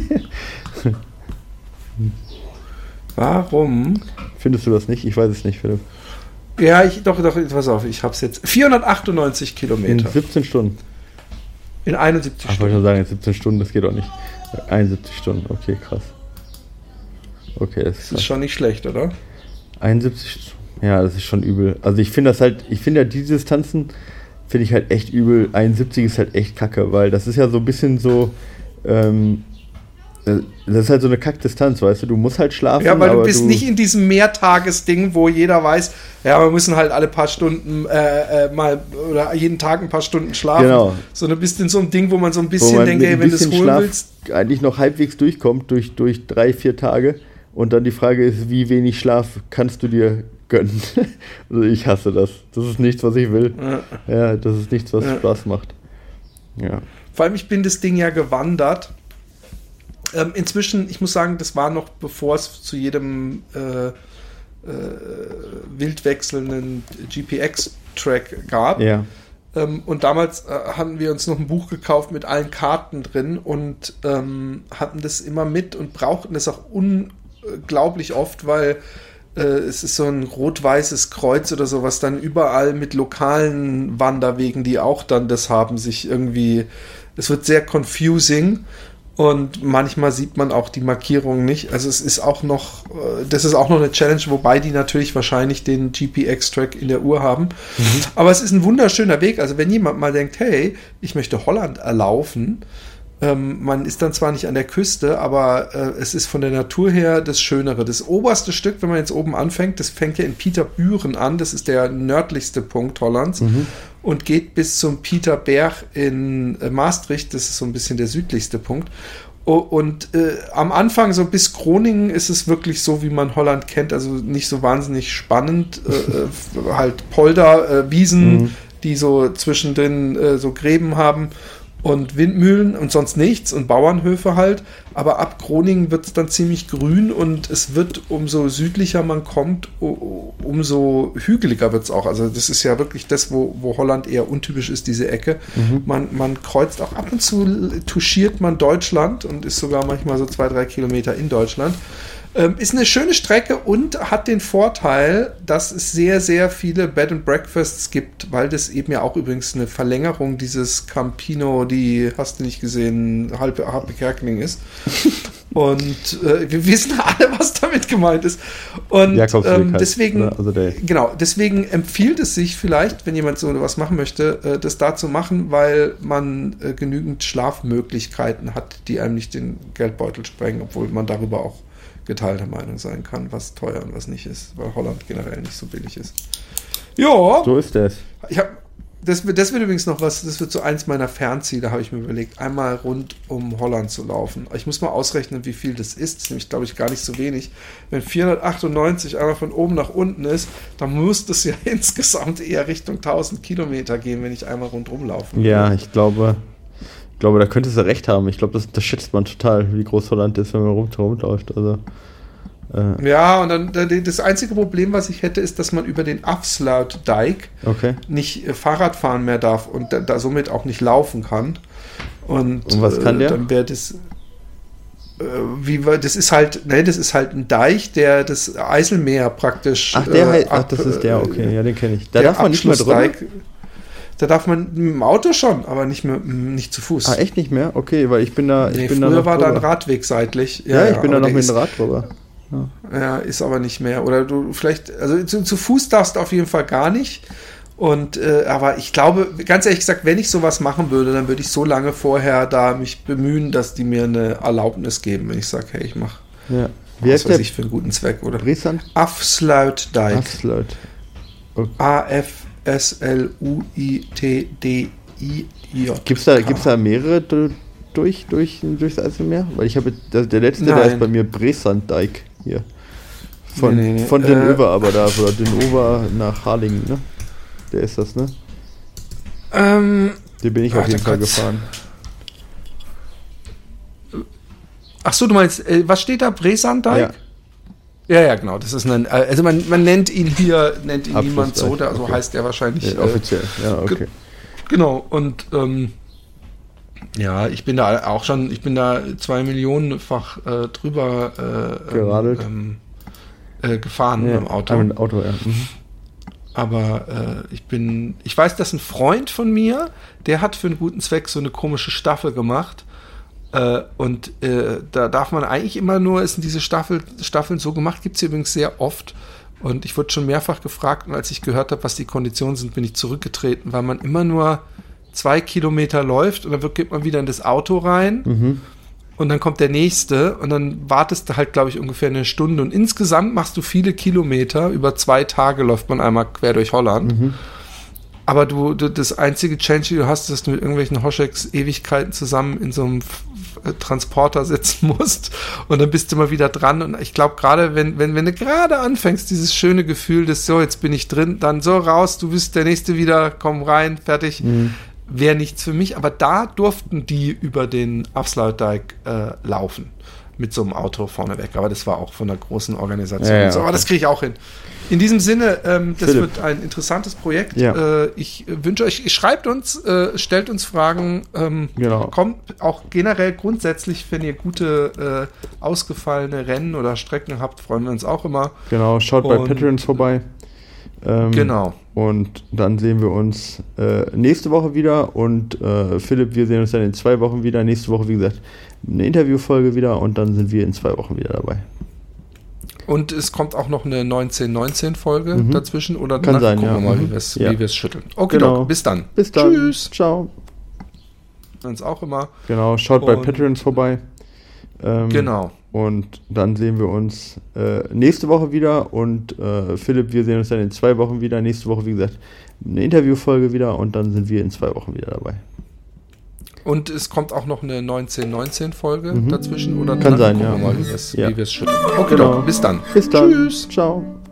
warum? Findest du das nicht? Ich weiß es nicht, Philipp. Ja, ich, doch, doch, pass auf, ich hab's jetzt. vierhundertachtundneunzig In Kilometer. siebzehn Stunden. In einundsiebzig Ach, ich wollte Stunden. nur sagen, in siebzehn Stunden, das geht doch nicht. einundsiebzig Stunden, okay, krass. Okay, das Das ist ist schon nicht schlecht, oder? einundsiebzig Stunden. Ja, das ist schon übel. Also ich finde das halt, ich finde ja die Distanzen, finde ich halt echt übel. einundsiebzig ist halt echt kacke, weil das ist ja so ein bisschen so, ähm, das ist halt so eine Kackdistanz, weißt du, du musst halt schlafen. Ja, weil du aber bist nicht in diesem Mehrtagesding, wo jeder weiß, ja, wir müssen halt alle paar Stunden äh, äh, mal oder jeden Tag ein paar Stunden schlafen. Genau. Sondern du bist in so einem Ding, wo man so ein wo bisschen man denkt, mit ey, ein wenn du es bisschen holen Schlaf willst. eigentlich noch halbwegs durchkommt durch, durch drei, vier Tage. Und dann die Frage ist, wie wenig Schlaf kannst du dir gönnen? Also ich hasse das. Das ist nichts, was ich will. Ja. Ja, das ist nichts, was Ja. Spaß macht. Ja. Vor allem, ich bin das Ding ja gewandert. Ähm, inzwischen, ich muss sagen, das war noch bevor es zu jedem äh, äh, wild wechselnden G P X-Track gab. Ja. Ähm, und damals äh, hatten wir uns noch ein Buch gekauft mit allen Karten drin und ähm, hatten das immer mit und brauchten das auch unglaublich oft, weil äh, es ist so ein rot-weißes Kreuz oder so, was dann überall mit lokalen Wanderwegen, die auch dann das haben, sich irgendwie, es wird sehr confusing. Und manchmal sieht man auch die Markierungen nicht. Also es ist auch noch, das ist auch noch eine Challenge, wobei die natürlich wahrscheinlich den G P X-Track in der Uhr haben. Mhm. Aber es ist ein wunderschöner Weg. Also wenn jemand mal denkt, hey, ich möchte Holland erlaufen, ähm, man ist dann zwar nicht an der Küste, aber äh, es ist von der Natur her das Schönere. Das oberste Stück, wenn man jetzt oben anfängt, das fängt ja in Pieterburen an. Das ist der nördlichste Punkt Hollands. Mhm. Und geht bis zum Pieterberg in äh, Maastricht, das ist so ein bisschen der südlichste Punkt. Oh, und äh, am Anfang so bis Groningen ist es wirklich so, wie man Holland kennt, also nicht so wahnsinnig spannend, äh, halt Polder, äh, Wiesen, mhm. die so zwischendrin äh, so Gräben haben und Windmühlen und sonst nichts und Bauernhöfe halt, aber ab Groningen wird es dann ziemlich grün und es wird, umso südlicher man kommt, umso hügeliger wird es auch. Also das ist ja wirklich das, wo, wo Holland eher untypisch ist, diese Ecke. Mhm. Man, man kreuzt auch ab und zu, touchiert man Deutschland und ist sogar manchmal so zwei, drei Kilometer in Deutschland. Ähm, ist eine schöne Strecke und hat den Vorteil, dass es sehr, sehr viele Bed and Breakfasts gibt, weil das eben ja auch übrigens eine Verlängerung dieses Campino, die hast du nicht gesehen, halbe Harpe Kerkeling ist. Und äh, wir wissen alle, was damit gemeint ist. Und ähm, deswegen, heißt, also genau, deswegen empfiehlt es sich vielleicht, wenn jemand so was machen möchte, äh, das da zu machen, weil man äh, genügend Schlafmöglichkeiten hat, die einem nicht den Geldbeutel sprengen, obwohl man darüber auch geteilter Meinung sein kann, was teuer und was nicht ist, weil Holland generell nicht so billig ist. Ja. So ist das. Ich hab, das, wird, das wird übrigens noch was, das wird so eins meiner Fernziele, habe ich mir überlegt, einmal rund um Holland zu laufen. Ich muss mal ausrechnen, wie viel das ist. Das ist nämlich, glaube ich, gar nicht so wenig. Wenn vierhundertachtundneunzig einmal von oben nach unten ist, dann muss das ja insgesamt eher Richtung tausend Kilometer gehen, wenn ich einmal rundherum laufen will. Ja, ich glaube... Ich glaube, da könntest du recht haben. Ich glaube, das, das schätzt man total, wie groß Holland ist, wenn man rum, rumläuft. Also, äh. Ja, und dann das einzige Problem, was ich hätte, ist, dass man über den Afsluitdijk okay. nicht äh, Fahrrad fahren mehr darf und da, da somit auch nicht laufen kann. Und, und was kann der? Äh, dann wäre das... Äh, wie, das ist halt, ne, das ist halt ein Deich, der das Eiselmeer praktisch. Ach, der äh, heißt, ab, ach, das ist der, okay, ja, den kenne ich. Da darf man nicht mehr drüber. Da darf man mit dem Auto schon, aber nicht mehr, nicht zu Fuß. Ah, echt nicht mehr? Okay, weil ich bin da. Nee, ich bin früher da noch war drüber. da ein Radweg seitlich. Ja, ja ich bin ja, da noch mit ist, dem Rad drüber. Ja. ja, ist aber nicht mehr. Oder du vielleicht, also zu, zu Fuß darfst du auf jeden Fall gar nicht. Und äh, aber ich glaube, ganz ehrlich gesagt, wenn ich sowas machen würde, dann würde ich so lange vorher da mich bemühen, dass die mir eine Erlaubnis geben, wenn ich sage, hey, ich mache ja. Wie heißt der? Für einen guten Zweck, oder? Brisand? Afsluitdijk. Afsluit. Okay. A F S L U I T D I J. Gibt's da, gibt's da mehrere durch, durch, durchs Eiselmeer? Weil ich habe, der letzte, Nein. der ist bei mir Bresandijk hier. Von, nee, nee, von den äh, Över aber da, oder den Over nach Harlingen, ne? Der ist das, ne? Ähm, den bin ich auf jeden Fall gefahren. Ach so, du meinst, äh, was steht da? Bresandijk? Ja. Ja, ja, genau. Das ist ein, also man, man nennt ihn hier, nennt ihn niemand so, der, also okay. heißt er wahrscheinlich. Ja, offiziell, äh, ja, okay. Ge- genau, und ähm, ja, ich bin da auch schon, ich bin da zwei Millionenfach äh, drüber äh, geradelt. Ähm, äh, gefahren ja, im Auto. Mit Auto, ja. Mhm. Aber äh, ich bin, ich weiß, dass ein Freund von mir, der hat für einen guten Zweck so eine komische Staffel gemacht. Äh, und äh, da darf man eigentlich immer nur, ist diese Staffel, Staffeln so gemacht, gibt es übrigens sehr oft. Und ich wurde schon mehrfach gefragt, und als ich gehört habe, was die Konditionen sind, bin ich zurückgetreten, weil man immer nur zwei Kilometer läuft und dann geht man wieder in das Auto rein. Mhm. Und dann kommt der nächste und dann wartest du halt, glaube ich, ungefähr eine Stunde. Und insgesamt machst du viele Kilometer. Über zwei Tage läuft man einmal quer durch Holland. Mhm. Aber du, du, das einzige Change, die du hast, ist, dass du mit irgendwelchen Hoschecks Ewigkeiten zusammen in so einem Transporter sitzen musst. Und dann bist du mal wieder dran. Und ich glaube, gerade wenn, wenn, wenn du gerade anfängst, dieses schöne Gefühl, dass so, jetzt bin ich drin, dann so raus, du bist der Nächste wieder, komm rein, fertig. Mhm. Wäre nichts für mich, aber da durften die über den Afsluitdijk äh, laufen. Mit so einem Auto vorneweg. Aber das war auch von einer großen Organisation. Ja, ja, so, aber okay. das kriege ich auch hin. In diesem Sinne, ähm, das Philipp. wird ein interessantes Projekt. Ja. Äh, ich wünsche euch, schreibt uns, äh, stellt uns Fragen. Ähm, genau. Kommt auch generell grundsätzlich, wenn ihr gute, äh, ausgefallene Rennen oder Strecken habt, freuen wir uns auch immer. Genau, schaut Und, bei Patreons vorbei. Ähm, genau. Und dann sehen wir uns äh, nächste Woche wieder. Und äh, Philipp, wir sehen uns dann in zwei Wochen wieder. Nächste Woche, wie gesagt, eine Interviewfolge wieder. Und dann sind wir in zwei Wochen wieder dabei. Und es kommt auch noch eine neunzehn neunzehn Folge mhm. dazwischen. Oder Kann sein, gucken ja. wir mal, mhm. wie wir es ja. wie schütteln. Okay, genau. doch, bis dann. Bis dann. Tschüss. Ciao. Uns auch immer. Genau, schaut und bei Patreons vorbei. Ähm, genau. Und dann sehen wir uns äh, nächste Woche wieder. Und äh, Philipp, wir sehen uns dann in zwei Wochen wieder. Nächste Woche, wie gesagt, eine Interviewfolge wieder. Und dann sind wir in zwei Wochen wieder dabei. Und es kommt auch noch eine neunzehn neunzehn Folge mhm. dazwischen. Oder Kann sein, ja. Gucken wir mal, wie wir es ja. schütteln. Okay, genau. doch, bis dann. Bis dann. Tschüss. Ciao.